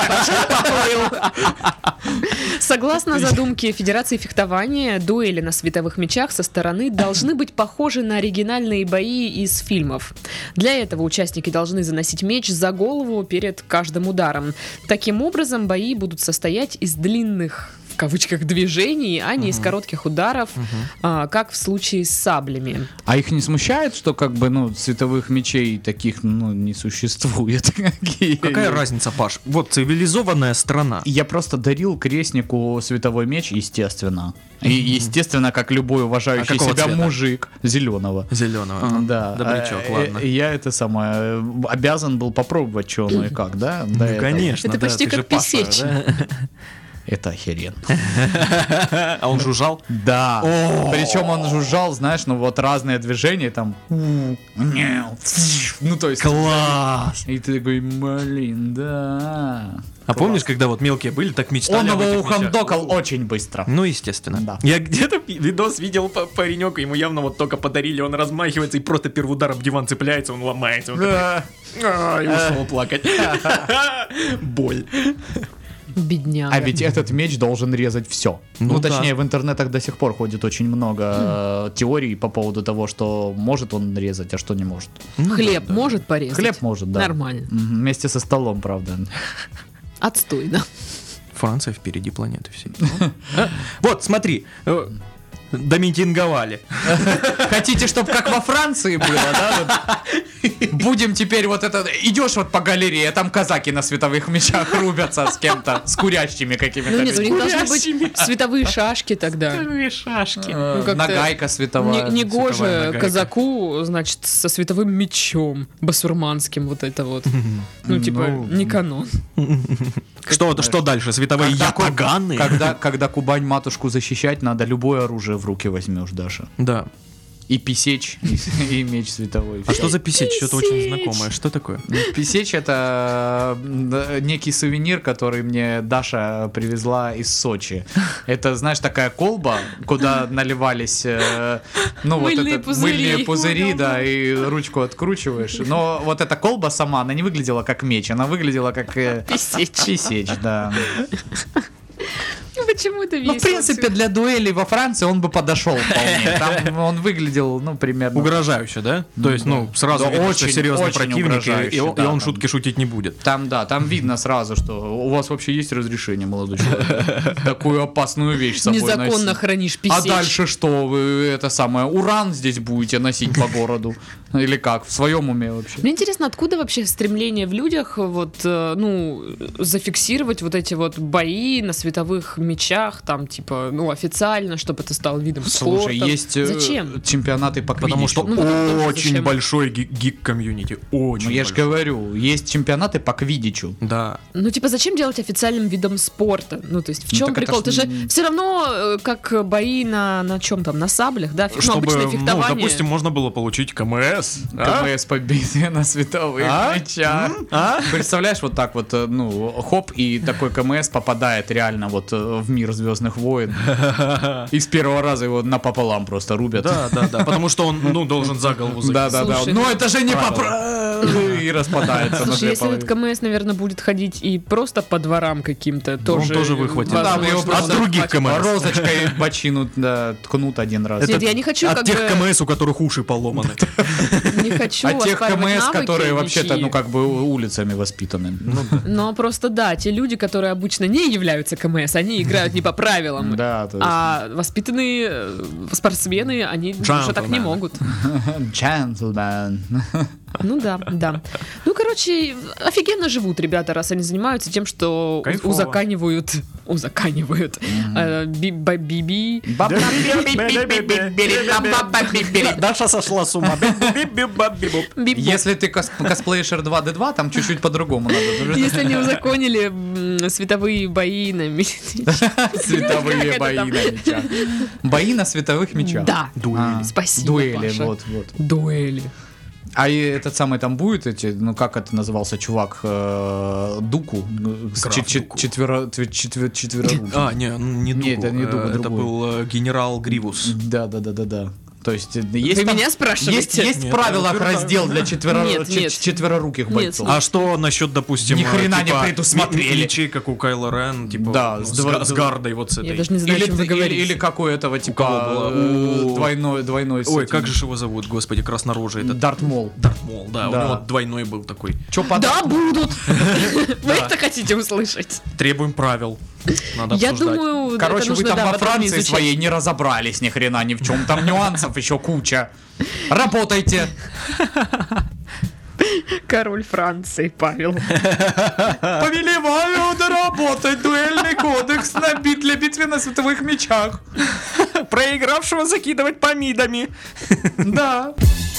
Согласно задумке Федерации фехтования, дуэли на световых мечах со стороны должны быть похожи на оригинальные бои из фильмов. Для этого участники должны заносить меч за голову перед каждым ударом. Таким образом, бои будут состоять из длинных в кавычках движений, а не uh-huh. из коротких ударов, uh-huh. а, как в случае с саблями. А их не смущает, что как бы, ну, световых мечей таких, ну, не существует? Какая разница, Паш? Вот цивилизованная страна. Я просто дарил крестнику световой меч, естественно. И, естественно, как любой уважающий а себя цвета? Мужик, зеленого. Зеленого. Ага. Да. Добрячок, А, ладно. Я это самое обязан был попробовать, что оно и как, да? Ну, конечно. Это да, почти ты как же Паша, песечь. да? Это охеренно. А он жужжал? Да. Причем он жужжал, знаешь, ну вот разные движения там. Ну то есть. Класс! И ты такой, блин, да. А помнишь, когда вот мелкие были, так мечтали Он об его этих мечах? ухандокал очень быстро. Ну, естественно. Да. Я где-то пи- видос видел по- паренек, ему явно вот только подарили, он размахивается и просто первый удар об диван цепляется, он ломается. Он Да. такой, «А», и ушел плакать. Боль. Бедняга. А ведь этот меч должен резать все. Ну, Ну точнее, да. в интернетах до сих пор ходит очень много э, теорий по поводу того, что может он резать, а что не может. Хлеб может порезать? Хлеб может, да. Нормально. Мгм, вместе со столом, правда. Отстойно. Франция впереди планеты всей. Вот, смотри. э, Домитинговали. Хотите, чтобы как во Франции было, да? Вот будем теперь вот это... Идешь вот по галерее, а там казаки на световых мечах рубятся с кем-то, с курящими какими-то. Ну нет, у них людьми. должны быть световые шашки тогда. шашки. Э, ну, как-то Нагайка световая. Не, не световая гоже нагайка. казаку, значит, со световым мечом басурманским вот это вот. Ну, типа, Ну, не канон. Что, что дальше? Световые Когда, ятаганы? когда, когда Кубань матушку защищать надо, любое оружие в руки возьмешь, Даша. Да. И писечь, и, и меч световой. А что за писечь? Что-то очень Писечь. знакомое. Что такое? Писечь — это э, некий сувенир, который мне Даша привезла из Сочи. Это, знаешь, такая колба, куда наливались э, ну, вот Мыльные это, пузыри. мыльные пузыри, Понял, да, и ручку откручиваешь. Но вот эта колба сама, она не выглядела как меч, она выглядела как э, Писечь. писечь, да. Почему это весело? Ну, в принципе, для дуэли во Франции он бы подошел вполне. Там он выглядел, ну, примерно... Угрожающе, да? То есть, ну, сразу Да, видно, что очень, серьезный очень противник, и, угрожающе, и он, да, и он там. шутки шутить не будет. Там, да, там видно сразу, что у вас вообще есть разрешение, молодой человек, такую опасную вещь с собой Незаконно носить. хранишь А писечь. дальше что? Вы это самое, уран здесь будете носить по городу? Или как? В своем уме вообще? Мне интересно, откуда вообще стремление в людях вот, э, ну, зафиксировать вот эти вот бои на световых мечах, там, типа, ну, официально, чтобы это стало видом спорта. Слушай, есть э, Зачем? чемпионаты по Потому что квиддичу. Ну, потому что очень зачем? большой ги- гик-комьюнити. Очень Ну, я же большой. говорю, есть чемпионаты по квиддичу. Да. Ну, типа, зачем делать официальным видом спорта? Ну, то есть, в Ну, чем так это прикол? ж Ты же не- все равно, э, как бои на, на чем там, на саблях, да? Ну, Чтобы, обычное ну, фехтование. допустим, можно было получить КМС. а? КМС победы на световых А? мечах. А? Представляешь, вот так вот, э, ну, хоп, и такой КМС попадает реально вот э, в мир Звездных войн. И с первого раза его напополам просто рубят. Да, да, да. Потому что он, ну, должен за голову закинуть. Да, да, да. Слушай, Ну ну, это же не по правило. пра- И распадается на Слушай, две если этот половины. КМС, наверное, будет ходить и просто по дворам каким-то, тоже... тоже выхватит. возможно, Да, его просто От других КМС. розочкой бочину, да, ткнут один раз. Нет, я не хочу От как тех бы... КМС, у которых уши поломаны. Не хочу А тех оспаривать КМС, навыки которые вообще-то, ничьи. ну, как бы улицами воспитаны. Ну, Но просто да, те люди, которые обычно не являются КМС, они играют не по правилам. да, то есть. А воспитанные э, спортсмены, они уже так не Джентльмены. могут. Джентльмен. Ну да, да. Ну, короче, офигенно живут ребята, раз они занимаются тем, что Кайфово. узаканивают, узаканивают э, би- ба- биби. Даша сошла с ума. би- Если ты кос- косплеишь эр два дэ два, там чуть-чуть по-другому надо. Если они узаконили м, световые бои на ми- Световые Как бои это на там? мечах. Бои на световых мечах. Да. Дуэли. А, Спасибо, Дуэли, Паша. вот, вот. Дуэли. А и этот самый там будет эти, ну как это назывался чувак, э, Дуку, Граф ч- Дуку. четверо, четверо, четверорукий. А, не, не Дуку. Не, это не Дуку, э, это другой. был э, генерал Гривус. Да, да, да, да, да. То есть э, есть Вы там- меня спрашиваете? Есть, есть Нет, в правилах я утверждаю. раздел для четверо, Нет, ч- нет. четвероруких Нет, бойцов. слушай. А что насчет, допустим, Ни хрена не типа, предусмотрели. м- мечей, как у Кайла Рен, типа, Да, ну, с с, два- га- с гардой вот с этой. Я даже не знаю, Или, о чем вы или, говорите. или как у этого типа кого было? э, У- двойной, двойной. с Ой, этим. как же ж его зовут, господи, краснорожий этот. Дарт Мол. Дарт Мол, да, Да. у него двойной был такой. Чё по Да, будут! Вы это хотите услышать? Требуем правил. Надо Я обсуждать. думаю, Короче, это вы нужно, там да, во в этом Франции изучать. своей не разобрались ни хрена ни в чем. Там нюансов еще куча. Работайте. Король Франции, Павел. Повелеваю доработать дуэльный кодекс на бит для битвы на световых мечах. Проигравшего закидывать помидами. Да.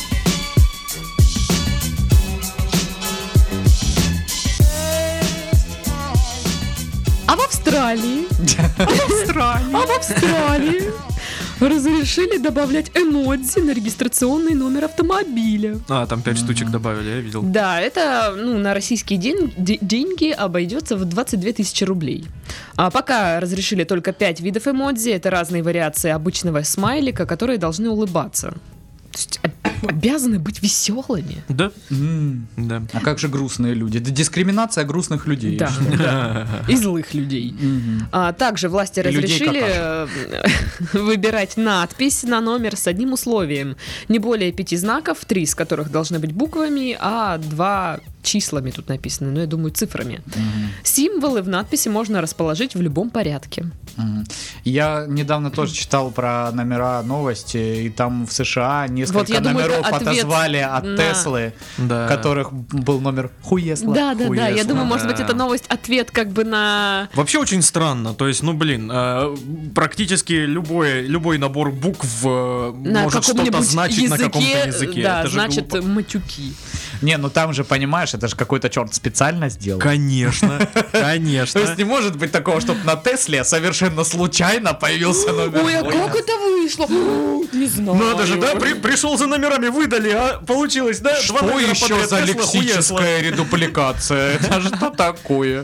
А в Австралии? А в Австралии разрешили добавлять эмодзи на регистрационный номер автомобиля. А, там пять штучек добавили, я видел. Да, это ну, на российские ден- де- деньги обойдется в двадцать две тысячи рублей. А пока разрешили только пять видов эмодзи. Это разные вариации обычного смайлика, которые должны улыбаться. То есть об- обязаны быть веселыми. Да? М. Да. А как же грустные люди? Это дискриминация грустных людей. Да, да. И злых людей. Мгм. А также власти И людей разрешили э, выбирать надпись на номер с одним условием. Не более пяти знаков, три из которых должны быть буквами, а два числами тут написаны, но я думаю цифрами. Мгм. Символы в надписи можно расположить в любом порядке. Мгм. Я недавно тоже читал про номера новости, и там в США несколько Вот, я думаю, номеров это ответ отозвали от на- Теслы, Да. которых был номер Хуесла. Да, да, да. Я Хуесло, думаю, может быть, да. это новость, ответ как бы на... Вообще очень странно. То есть, ну блин, э, практически любой, любой набор букв э, На может что-то каком-нибудь значить языке, на каком-то языке. да, Это же значит глупо. матюки. Не, ну там же, понимаешь, это же какой-то черт специально сделал. Конечно, То конечно. есть не может быть такого, чтобы на Тесле совершенно случайно появился номер. Ой, а Хуесла. как это вышло? Не знаю. Надо же, да? При- пришел за номерами, выдали, а получилось, да? Два Что номера еще подряд, за Тесла, Хуесла. лексическая редупликация? Это что такое?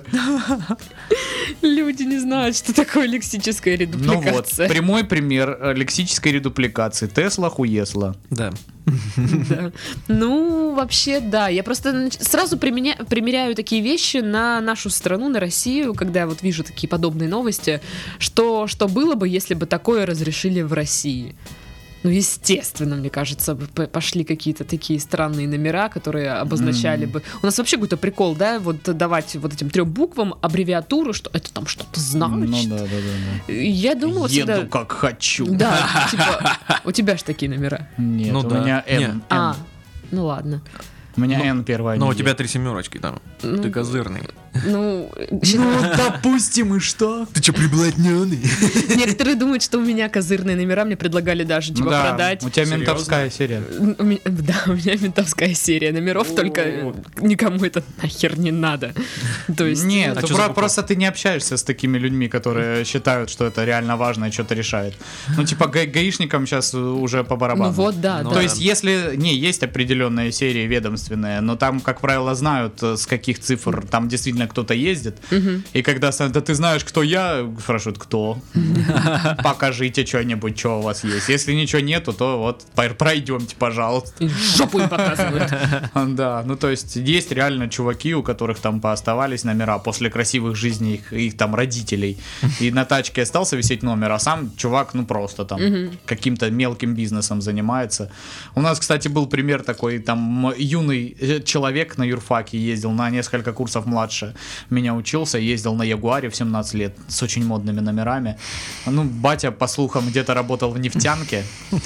Люди не знают, что такое лексическая Ну вот, редупликация. прямой пример э, лексической редупликации. Тесла Хуесла. Да. Да. Ну, вообще, да. Я просто нач- сразу применя- примеряю такие вещи на нашу страну, на Россию, когда я вот вижу такие подобные новости, что, что было бы, если бы такое разрешили в России. Ну, естественно, мне кажется, бы п- пошли какие-то такие странные номера, которые обозначали Мгм. бы... У нас вообще какой-то прикол, да, вот давать вот этим трем буквам аббревиатуру, что это там что-то значит. Ну да, да, да. Я да. думала Еду всегда... как хочу. Да, типа, у тебя же такие номера. Нет, Ну у да. меня N. Нет. N. А, ну ладно. У меня Ну, N первая. Но у неделя. тебя три семерочки там. Ну, Ты козырный. Ну, Ну, допустим, и что? Ты че, приблотненный? некоторые думают, что у меня козырные номера, мне предлагали даже типа Ну да, продать. у тебя Серьезно? ментовская серия. У меня- да, у меня ментовская серия номеров, только никому это нахер не надо. То есть... Нет, А ну, чё за про- буква? просто ты не общаешься с такими людьми, которые считают, что это реально важно и что-то решает. Ну, типа, га- гаишникам сейчас уже по барабану. Ну вот, да, Ну да. То есть, если не есть определенные серии ведомственные, но там, как правило, знают, э, с каких цифр там действительно кто-то ездит. Мгм. И когда с- да ты знаешь, кто я, спрашивают, кто. Покажите что-нибудь, что у вас есть. Если ничего нету, то вот пор- пройдемте, пожалуйста. И жопу им показывают. Да, ну то есть есть реально чуваки, у которых там пооставались номера после красивых жизней их, их там родителей. И на тачке остался висеть номер, а сам чувак, ну просто там каким-то мелким бизнесом занимается. У нас, кстати, был пример такой, там м- юный э, человек на юрфаке ездил на несколько курсов младше меня учился, ездил на Ягуаре в семнадцать лет с очень модными номерами. Ну, батя, по слухам, где-то работал в нефтянке.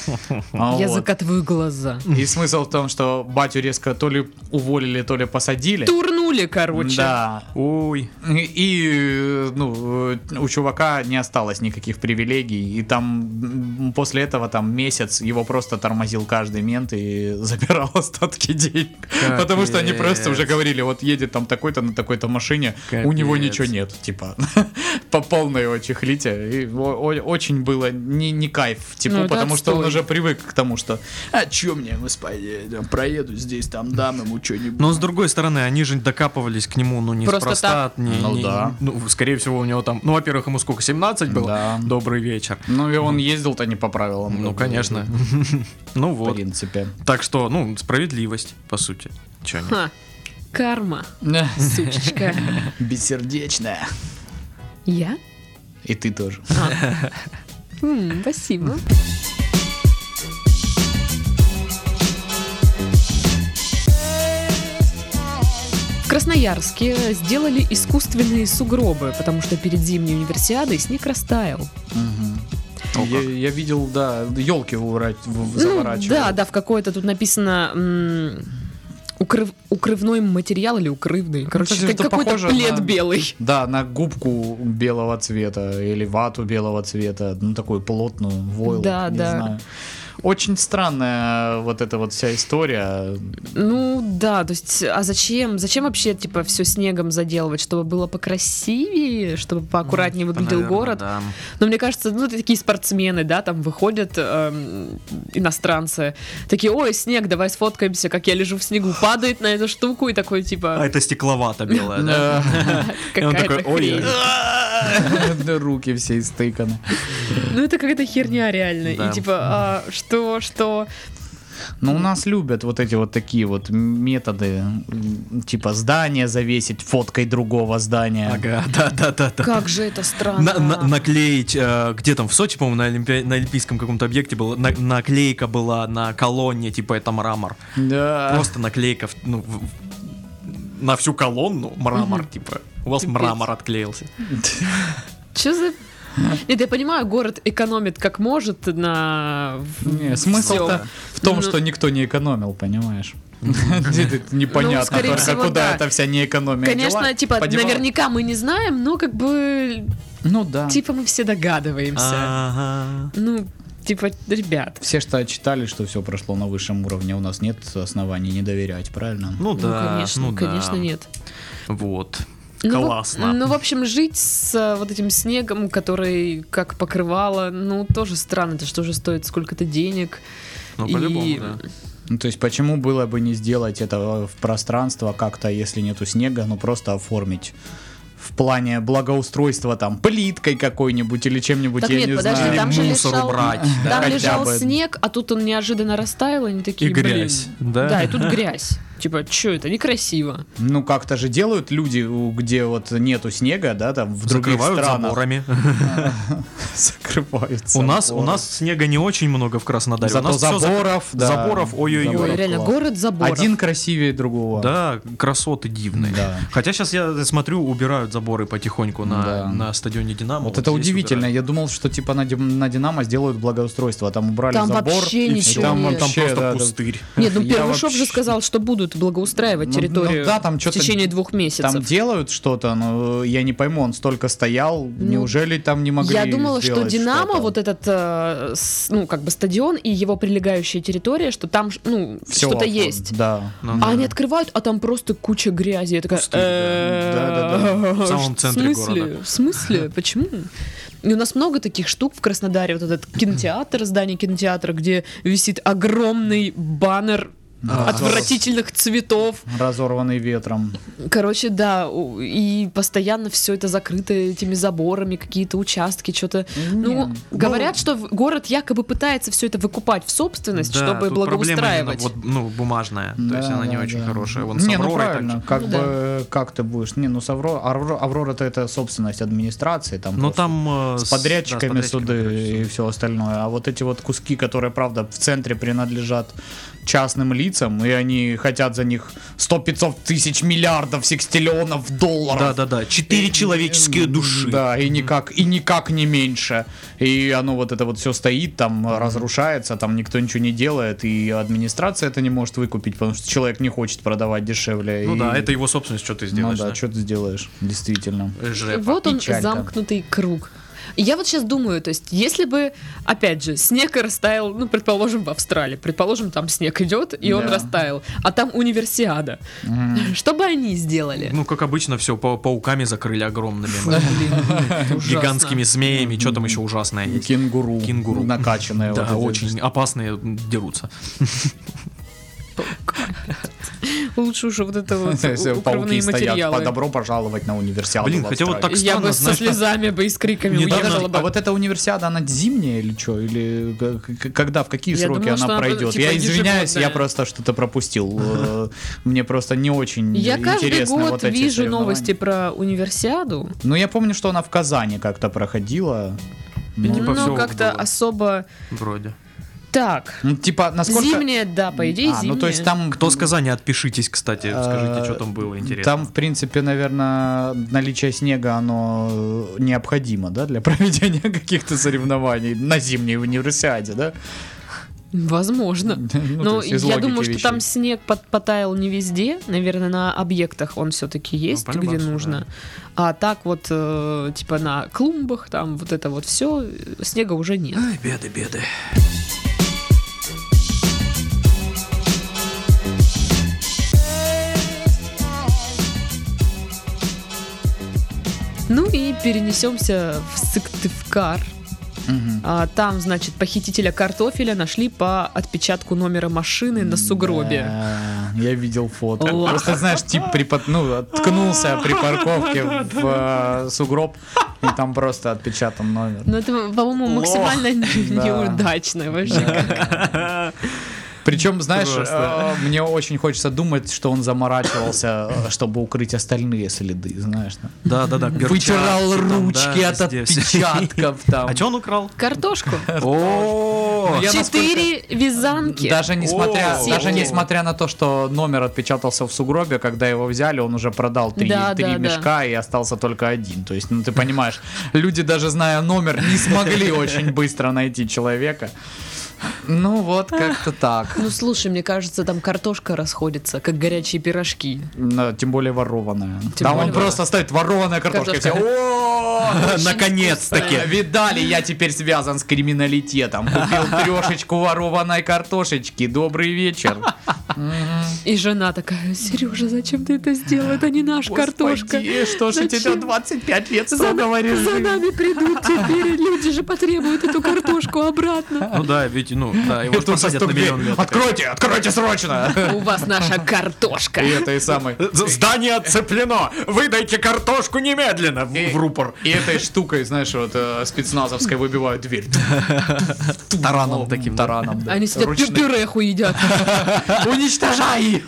А Я вот. закатываю глаза. И смысл в том, что батю резко то ли уволили, то ли посадили. Турнули, короче. Да. Ой. И, э, ну, э, у чувака не осталось никаких привилегий. И там м, после этого там месяц его просто тормозил каждый мент и забирал остатки денег. Потому что они просто уже говорили, вот едет там такой-то на такой-то машине, Капец. у него ничего нет, типа, по полной его чехлите. И о- очень было не, не кайф, типа, Ну, это потому что он отстой. уже привык к тому, что, а чё мне, господи, я проеду здесь, там, дам ему что-нибудь. Но с другой стороны, они же докапывались к нему, ну, Просто неспроста. так. Не, Ну не- да. ну, скорее всего, у него там, ну, во-первых, ему сколько, семнадцать было? Да. Добрый вечер. Ну и он ездил-то не по правилам. Ну, конечно. Ну В вот. принципе. Так что, ну, справедливость, по сути. Чё нет? Ха. Карма, сучечка. Бессердечная. Я? И ты тоже. М, Спасибо. В Красноярске сделали искусственные сугробы, потому что перед зимней универсиадой снег растаял. Я, я видел, да, елки Ну, заворачивали. да, да, в какой-то тут написано м, укрыв- укрывной материал или укрывный. Короче, Кстати, как- что какой-то похоже плед на- белый. Да, на губку белого цвета или вату белого цвета, ну такую плотную, войлок, Да, не да. знаю. Очень странная вот эта вот вся история. Ну да, то есть, а зачем? Зачем вообще, типа, все снегом заделывать? Чтобы было покрасивее, чтобы поаккуратнее выглядел Наверно, город? да. Но мне кажется, ну, это такие спортсмены, да, там выходят эм, иностранцы, такие, ой, снег, давай сфоткаемся, как я лежу в снегу, падает на эту штуку и такой, А типа, это стекловато белое, да? И он какая-то такой, ой, хрень. Руки все истыканы. Ну, это какая-то херня реально. Да. И типа, а, что, что? Но у нас любят вот эти вот такие вот методы, м, типа здание завесить фоткой другого здания. Ага, да-да-да. Как же это странно. На- на- наклеить, э, где там, в Сочи, по-моему, на, олимпи- на олимпийском каком-то объекте была, на- наклейка была на колонне, типа это мрамор. Да. Просто наклейка в- ну, в- в- на всю колонну мрамор, типа. У вас Пипец. мрамор отклеился. Что за... Нет, я понимаю, город экономит как может на... Не, смысл-то в том, Ну- что никто не экономил, понимаешь? Непонятно Ну, скорее только, всего, куда да. эта вся неэкономия Конечно, дела типа, подевалась. наверняка мы не знаем, но как бы, Ну да. типа, мы все догадываемся. Ага. Ну, типа, ребят. Все что читали, что все прошло на высшем уровне, у нас нет оснований не доверять, правильно? Ну Ну, да, конечно, ну да. конечно, нет. Вот. Ну, в- Классно. Ну, в общем, жить с а, вот этим снегом, который как покрывало, ну, тоже странно. Это что же стоит сколько-то денег. Ну, и- по-любому, да. Ну, то есть почему было бы не сделать это в пространство как-то, если нету снега, ну просто оформить в плане благоустройства там плиткой какой-нибудь или чем-нибудь, Так я нет, не подожди, знаю. там же мусор лежал, убрать, да, там хотя лежал бы. снег, а тут он неожиданно растаял, и они такие, И блин. грязь, да? Да, и тут грязь. Типа, что это, некрасиво. Ну как-то же делают люди, у- где вот нету снега, да, там в других Закрывают странах. заборами. Закрывают У нас, у заборы. нас снега не очень много в Краснодаре. Зато у нас всё зак- заборов, да. заборов, ой-ой-ой. Заборов Ой, реально, класс. город заборов. Один красивее другого. Да, красоты дивные. Да. Хотя сейчас я смотрю, убирают заборы потихоньку на, Да. на стадионе Динамо. Вот это здесь удивительно. убирают. Я думал, что типа на, Дим- на Динамо сделают благоустройство, а там убрали Там забор. вообще и ничего там, нет. Там вообще, просто да, да. пустырь. Нет, ну Я Первышов вообще- же сказал, что будут благоустраивать Ну, территорию ну да, там в что-то течение двух месяцев. Там делают что-то, но я не пойму, он столько стоял, неужели там не могли Я думала, что сделать Динамо, что-то? вот этот, э, с- ну, как бы стадион и его прилегающая территория, что там, ну, Всё что-то оформлено. есть. Да. Ну, А да. они открывают, а там просто куча грязи. Я такая, Пустырь, да. «Э, Да-да-да. В самом центре В смысле? города. В смысле? Почему? И у нас много таких штук в Краснодаре. Вот этот кинотеатр, здание кинотеатра, где висит огромный баннер Да. отвратительных цветов. Разорванный ветром. Короче, да, у- и постоянно все это закрыто этими заборами, какие-то участки, что-то. Ну, Не, говорят, что в- город якобы пытается все это выкупать в собственность, Да, чтобы тут проблема именно благоустраивать. вот, ну, бумажная. То есть Да, она не да, очень да. хорошая. Вон не, с ну Авророй правильно, так же. как Ну бы, как ты будешь? Не, ну с Аврора, Аврора, Аврора это собственность администрации, там Ну просто там э, с подрядчиками да, с суды подрядчиками, и все остальное. А вот эти вот куски, которые, правда, в центре принадлежат частным лицам, и они хотят за них сто-пятьсот тысяч миллиардов секстиллионов долларов. Да, да, да. Четыре человеческие души. Да, и никак, и никак не меньше. И оно вот это вот все стоит, там разрушается, там никто ничего не делает, и администрация это не может выкупить, потому что человек не хочет продавать дешевле. Ну и- да, это его собственность, что ты Ну сделаешь. да, что ты сделаешь, действительно. И Жрепа. вот он, печалька. замкнутый круг. Я вот сейчас думаю, то есть, если бы, опять же, снег растаял, ну, предположим, в Австралии, предположим, там снег идет, и он Да. растаял, а там универсиада. Мгм. Что бы они сделали? Ну, как обычно, все пауками закрыли огромными. Фу, блин, ужасно. Гигантскими змеями, что там еще ужасное есть. Кенгуру. Кенгуру. Накачанные. Да, вот эти. очень опасные дерутся. Лучше уже вот это вот Все, укрывные пауки стоят, материалы. по добро пожаловать на универсиаду. Блин, в хотя вот Австралии. так Я странно, бы со знаешь, слезами бы и с криками Не, уехала Подожди, бы. а вот эта универсиада, она зимняя или что? Или к- к- когда, в какие Я сроки думала, что она она, пройдет? типа, Я извиняюсь, ежегодная. я просто что-то пропустил. Э, Мне просто не очень Я каждый интересно год вот эти вижу соревнования. новости про универсиаду. Ну, я помню, что она в Казани как-то проходила. Ну, Типа ну, всё как-то было. особо... Вроде. Так, ну, типа, насколько... зимняя, да, по идее, А, зимняя. ну, то есть там... Кто с Казани, отпишитесь, кстати, скажите, что там было интересно. Там, в принципе, наверное, наличие снега, оно необходимо, да, для проведения каких-то соревнований на зимней универсиаде, да? Возможно. Ну, то Но есть из я логики думаю, что вещей. там снег под- потаял не везде. Наверное, на объектах он все-таки есть, по где любасу, нужно. да. А так вот, э, типа на клумбах, там вот это вот все, снега уже нет. Ай, беды, беды. Ну и перенесемся в Сыктывкар. Мгм. А, там, значит, похитителя картофеля нашли по отпечатку номера машины на сугробе. Да, я видел фото. Ладно. Просто, знаешь, тип припод... ну, ткнулся при парковке в э, сугроб, и там просто отпечатан номер. Ну это, по-моему, Лох. максимально не- Да. неудачно вообще. как. Причем, знаешь, Просто. э, мне очень хочется думать, что он заморачивался, э, чтобы укрыть остальные следы, знаешь. да. Да, да, да. Вытирал ручки от отпечатков там. А что он украл? Картошку. О, Я Четыре вязанки. Даже несмотря, О. даже Сетки. несмотря на то, что номер отпечатался в сугробе, когда его взяли, он уже продал три, Да, три да, да. мешка и остался только один. То есть, ну ты понимаешь, люди, даже зная номер, не смогли очень быстро найти человека. Ну вот, как-то так. Ну слушай, мне кажется, там картошка расходится, как горячие пирожки. Ну, тем более ворованная. Тем Там более он просто стоит, ворованная картошка. и все, Картошка. «О, наконец-таки. Э, Видали, я теперь связан с криминалитетом. Купил трешечку ворованной картошечки. Добрый вечер. И жена такая: Сережа, зачем ты это сделал? Это не наша картошка. Господи, что ж у тебя Зачем? двадцать пять лет За, строгого за режима? нами придут теперь, люди же потребуют эту картошку обратно. Ну да, ведь, ну, да, его И ж тут же посадят на стук в миллион дверь. лет. Откройте, откройте срочно. У вас наша картошка. И этой самой... Здание отцеплено! Выдайте картошку немедленно! В, И- в рупор. И этой штукой, знаешь, вот э, спецназовской выбивают дверь. Тараном таким, да. Тараном, да. Они сидят, пю- Ручным. пюреху едят. Уничтожай!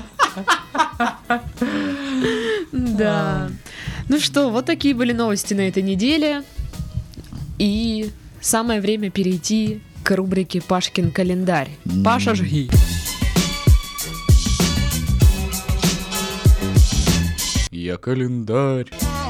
Да. Ну что, вот такие были новости на этой неделе. И самое время перейти к рубрике «Пашкин календарь». Паша, жги. Я календарь.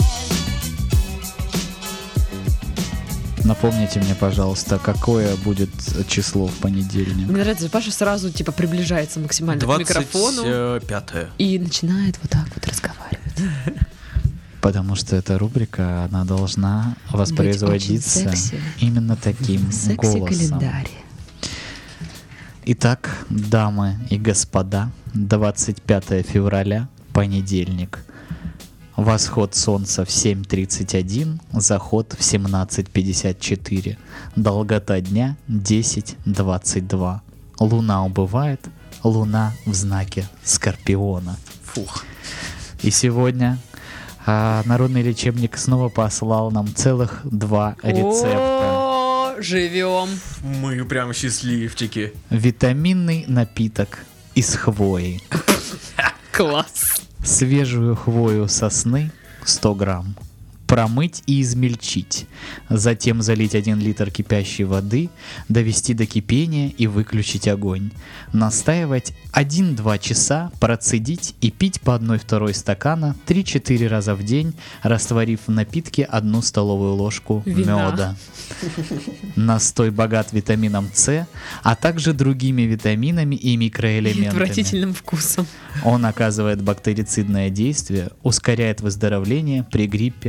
Напомните мне, пожалуйста, какое будет число в понедельник? Мне нравится, Паша сразу типа приближается максимально к микрофону двадцать пятое. и начинает вот так вот разговаривать. Потому что эта рубрика, она должна воспроизводиться очень секси. именно таким голосом. Секси-календарь. Итак, дамы и господа, двадцать пятое февраля, понедельник. Восход солнца в семь тридцать один, заход в семнадцать пятьдесят четыре. Долгота дня десять двадцать два. Луна убывает, луна в знаке Скорпиона. Фух. И сегодня а, народный лечебник снова послал нам целых два рецепта. О, живем. Мы прям счастливчики. Витаминный напиток из хвои. Класс. Свежую хвою сосны сто грамм. Промыть и измельчить. Затем залить один литр кипящей воды, довести до кипения и выключить огонь. Настаивать один-два часа, процедить и пить по одной-второй стакана три-четыре раза в день, растворив в напитке одну столовую ложку Вина. меда. Настой богат витамином С, а также другими витаминами и И микроэлементами. отвратительным вкусом. Он оказывает бактерицидное действие, ускоряет выздоровление при гриппе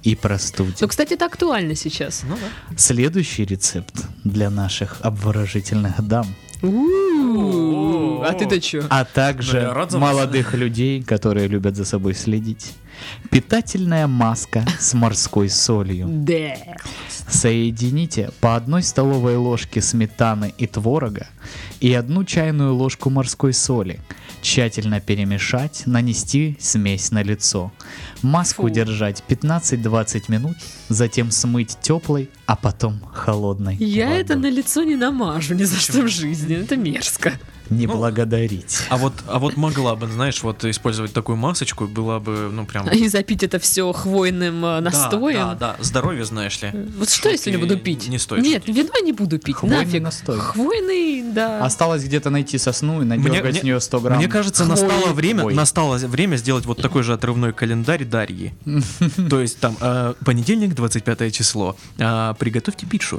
и простуде. Ну, кстати, это актуально сейчас. Ну да. Следующий рецепт для наших обворожительных дам, У-у-у. А ты-то чё? а также Да, я рад за вас. молодых людей, которые любят за собой следить. Питательная маска с морской солью. Да. Соедините по одной столовой ложке сметаны и творога и одну чайную ложку морской соли. Тщательно перемешать, нанести смесь на лицо. Маску Фу. держать пятнадцать-двадцать минут, затем смыть теплой, а потом холодной Я водой. это на лицо не намажу ни за что в жизни. Это мерзко. Не Ну, благодарить. А вот, а вот могла бы, знаешь, вот использовать такую масочку, была бы, ну прям... И запить это все хвойным э, настоем. Да, да, да, здоровье, знаешь ли. Вот что я сегодня буду пить? Не стоит. Нет, вино не буду пить. Хвойный Нафиг. настой. Хвойный, да. Осталось где-то найти сосну и Мне, надергать мне- с нее сто грамм. мне кажется, Хвои. настало время, Ой. настало время сделать вот такой же отрывной календарь Дарьи. То есть там э, понедельник, двадцать пятое число. А, приготовьте пиццу,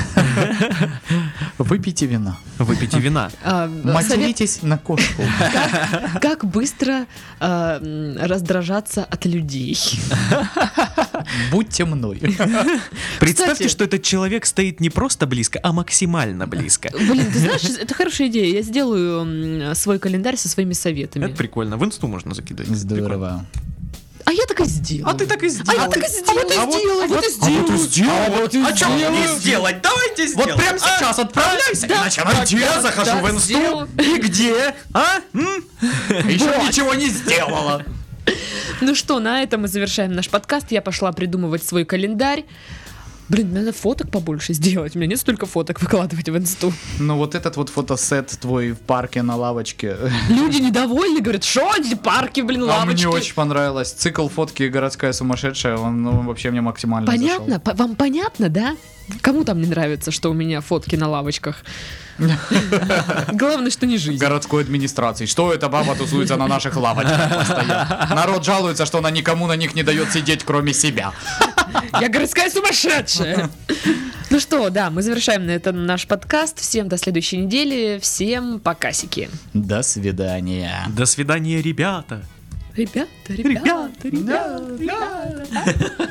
Выпейте вина. выпейте вина. А, совет, Материтесь на кошку. как быстро а, м, раздражаться от людей. Будьте мной. Представьте, Кстати- что этот человек стоит не просто близко, а максимально близко. Блин, ты знаешь, это хорошая идея. Я сделаю м, свой календарь со своими советами. Это прикольно. В инсту можно закидывать. Прикольно. Здорово. А я так и сделаю. А ты так и А сделал. я так и сделаю. А вот- А вот и сделаю. А вот и А что мне сделаю. сделать? Давайте сделаем. Вот прямо А? сейчас отправляйся. Да, иначе да, найти. да, Я захожу да, в инсту. сделаю. И где? А? М? Еще ничего не сделала. Ну что, на этом мы завершаем наш подкаст. Я пошла придумывать свой календарь. Блин, мне надо фоток побольше сделать. У меня нет столько фоток выкладывать в инсту. Ну вот этот вот фотосет твой в парке на лавочке. Люди недовольны, говорят, что эти парки, блин, А лавочки. мне очень понравилось. Цикл фотки «Городская сумасшедшая», он ну, вообще мне максимально Понятно? По- Вам понятно, да? Кому там не нравится, что у меня фотки на лавочках? Главное, что не зашел. жизнь. Городской администрации. Что эта баба тусуется на наших лавочках постоянно? Народ жалуется, что она никому на них не дает сидеть, кроме себя. Я городская сумасшедшая. Ну что, да, мы завершаем на этом наш подкаст. Всем до следующей недели. Всем покасики. До свидания. До свидания, ребята. Ребята, ребята, Ребята, ребята.